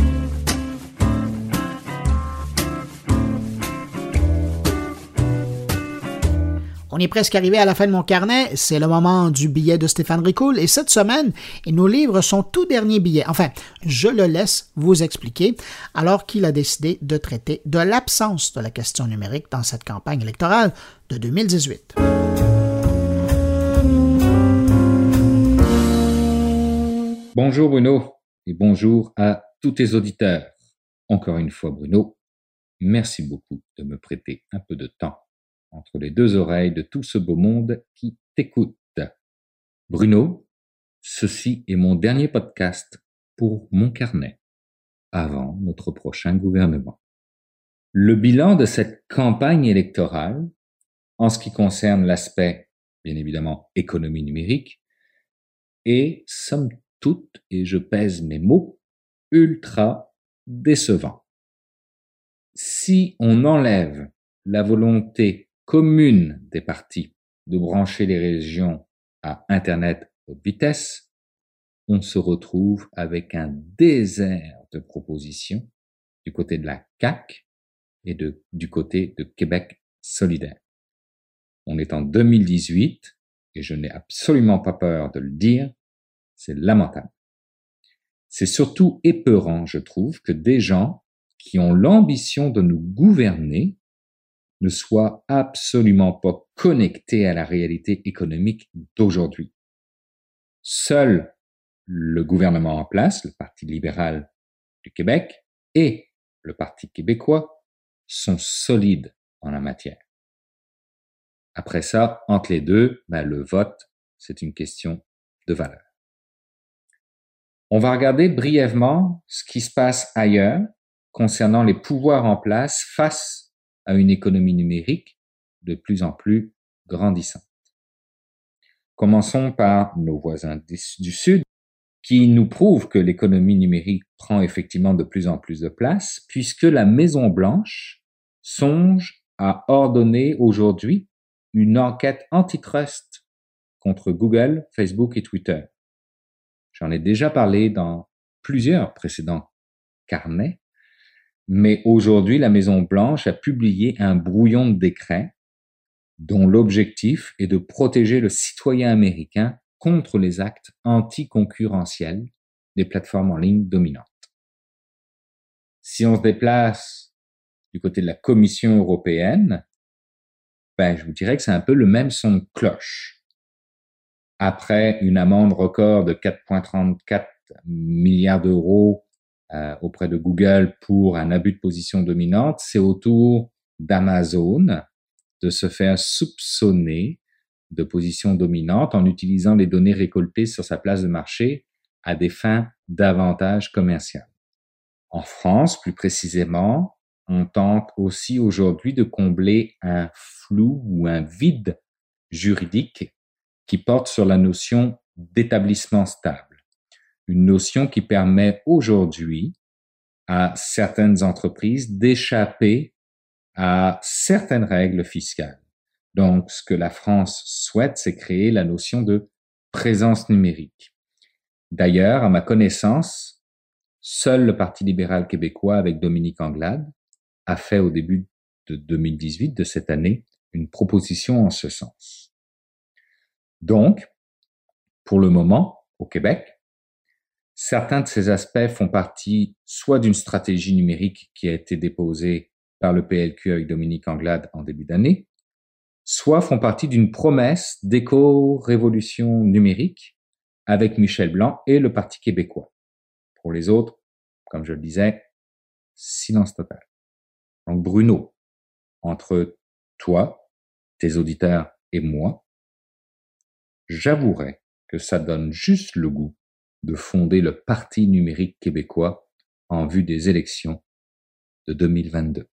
A: On est presque arrivé à la fin de mon carnet. C'est le moment du billet de Stéphane Ricoul. Et cette semaine, il nous livre son tout dernier billet. Enfin, je le laisse vous expliquer, alors qu'il a décidé de traiter de l'absence de la question numérique dans cette campagne électorale de deux mille dix-huit.
H: Bonjour Bruno et bonjour à tous tes auditeurs. Encore une fois Bruno, merci beaucoup de me prêter un peu de temps entre les deux oreilles de tout ce beau monde qui t'écoute. Bruno, ceci est mon dernier podcast pour mon carnet, avant notre prochain gouvernement. Le bilan de cette campagne électorale, en ce qui concerne l'aspect, bien évidemment, économie numérique, est somme toute, et je pèse mes mots, ultra décevant. Si on enlève la volonté commune des partis de brancher les régions à Internet haute vitesse, on se retrouve avec un désert de propositions du côté de la C A Q et de, du côté de Québec solidaire. On est en deux mille dix-huit et je n'ai absolument pas peur de le dire, c'est lamentable. C'est surtout épeurant, je trouve, que des gens qui ont l'ambition de nous gouverner ne soient absolument pas connectés à la réalité économique d'aujourd'hui. Seul le gouvernement en place, le Parti libéral du Québec et le Parti québécois sont solides en la matière. Après ça, entre les deux, ben, le vote, c'est une question de valeur. On va regarder brièvement ce qui se passe ailleurs concernant les pouvoirs en place face à une économie numérique de plus en plus grandissante. Commençons par nos voisins du Sud qui nous prouvent que l'économie numérique prend effectivement de plus en plus de place puisque la Maison-Blanche songe à ordonner aujourd'hui une enquête antitrust contre Google, Facebook et Twitter. J'en ai déjà parlé dans plusieurs précédents carnets, mais aujourd'hui, la Maison-Blanche a publié un brouillon de décret dont l'objectif est de protéger le citoyen américain contre les actes anticoncurrentiels des plateformes en ligne dominantes. Si on se déplace du côté de la Commission européenne, ben, je vous dirais que c'est un peu le même son de cloche. Après une amende record de quatre virgule trente-quatre milliards d'euros euh, auprès de Google pour un abus de position dominante, c'est au tour d'Amazon de se faire soupçonner de position dominante en utilisant les données récoltées sur sa place de marché à des fins d'avantage commercial. En France, plus précisément, on tente aussi aujourd'hui de combler un flou ou un vide juridique qui porte sur la notion d'établissement stable. Une notion qui permet aujourd'hui à certaines entreprises d'échapper à certaines règles fiscales. Donc, ce que la France souhaite, c'est créer la notion de présence numérique. D'ailleurs, à ma connaissance, seul le Parti libéral québécois, avec Dominique Anglade, a fait au début de deux mille dix-huit, de cette année, une proposition en ce sens. Donc, pour le moment, au Québec, certains de ces aspects font partie soit d'une stratégie numérique qui a été déposée par le P L Q avec Dominique Anglade en début d'année, soit font partie d'une promesse d'éco-révolution numérique avec Michel Blanc et le Parti québécois. Pour les autres, comme je le disais, silence total. Donc Bruno, entre toi, tes auditeurs et moi, j'avouerai que ça donne juste le goût de fonder le Parti numérique québécois en vue des élections de deux mille vingt-deux.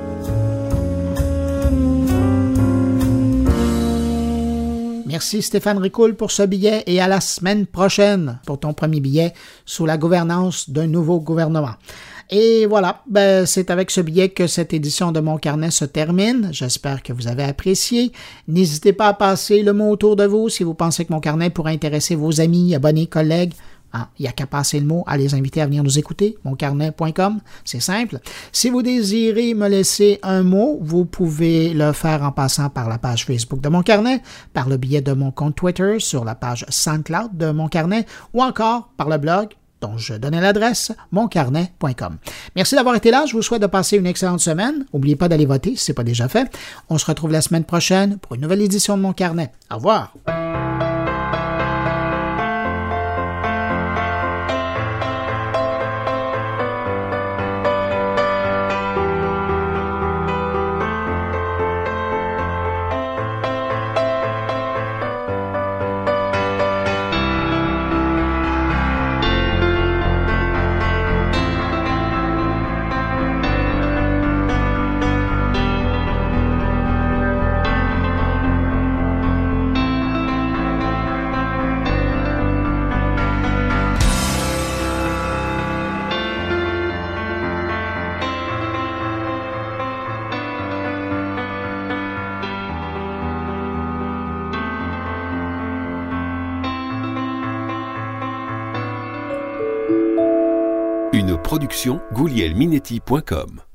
A: Merci Stéphane Ricoul pour ce billet et à la semaine prochaine pour ton premier billet sous la gouvernance d'un nouveau gouvernement. Et voilà, ben, c'est avec ce billet que cette édition de Mon Carnet se termine. J'espère que vous avez apprécié. N'hésitez pas à passer le mot autour de vous si vous pensez que Mon Carnet pourrait intéresser vos amis, abonnés, collègues. Ah, il n'y a qu'à passer le mot, à les inviter à venir nous écouter, mon carnet point com, c'est simple. Si vous désirez me laisser un mot, vous pouvez le faire en passant par la page Facebook de Mon Carnet, par le biais de mon compte Twitter, sur la page SoundCloud de Mon Carnet, ou encore par le blog dont je donnais l'adresse, mon carnet point com. Merci d'avoir été là, je vous souhaite de passer une excellente semaine. N'oubliez pas d'aller voter si ce n'est pas déjà fait. On se retrouve la semaine prochaine pour une nouvelle édition de Mon Carnet. Au revoir!
I: Une production Gouliel Minetti point com.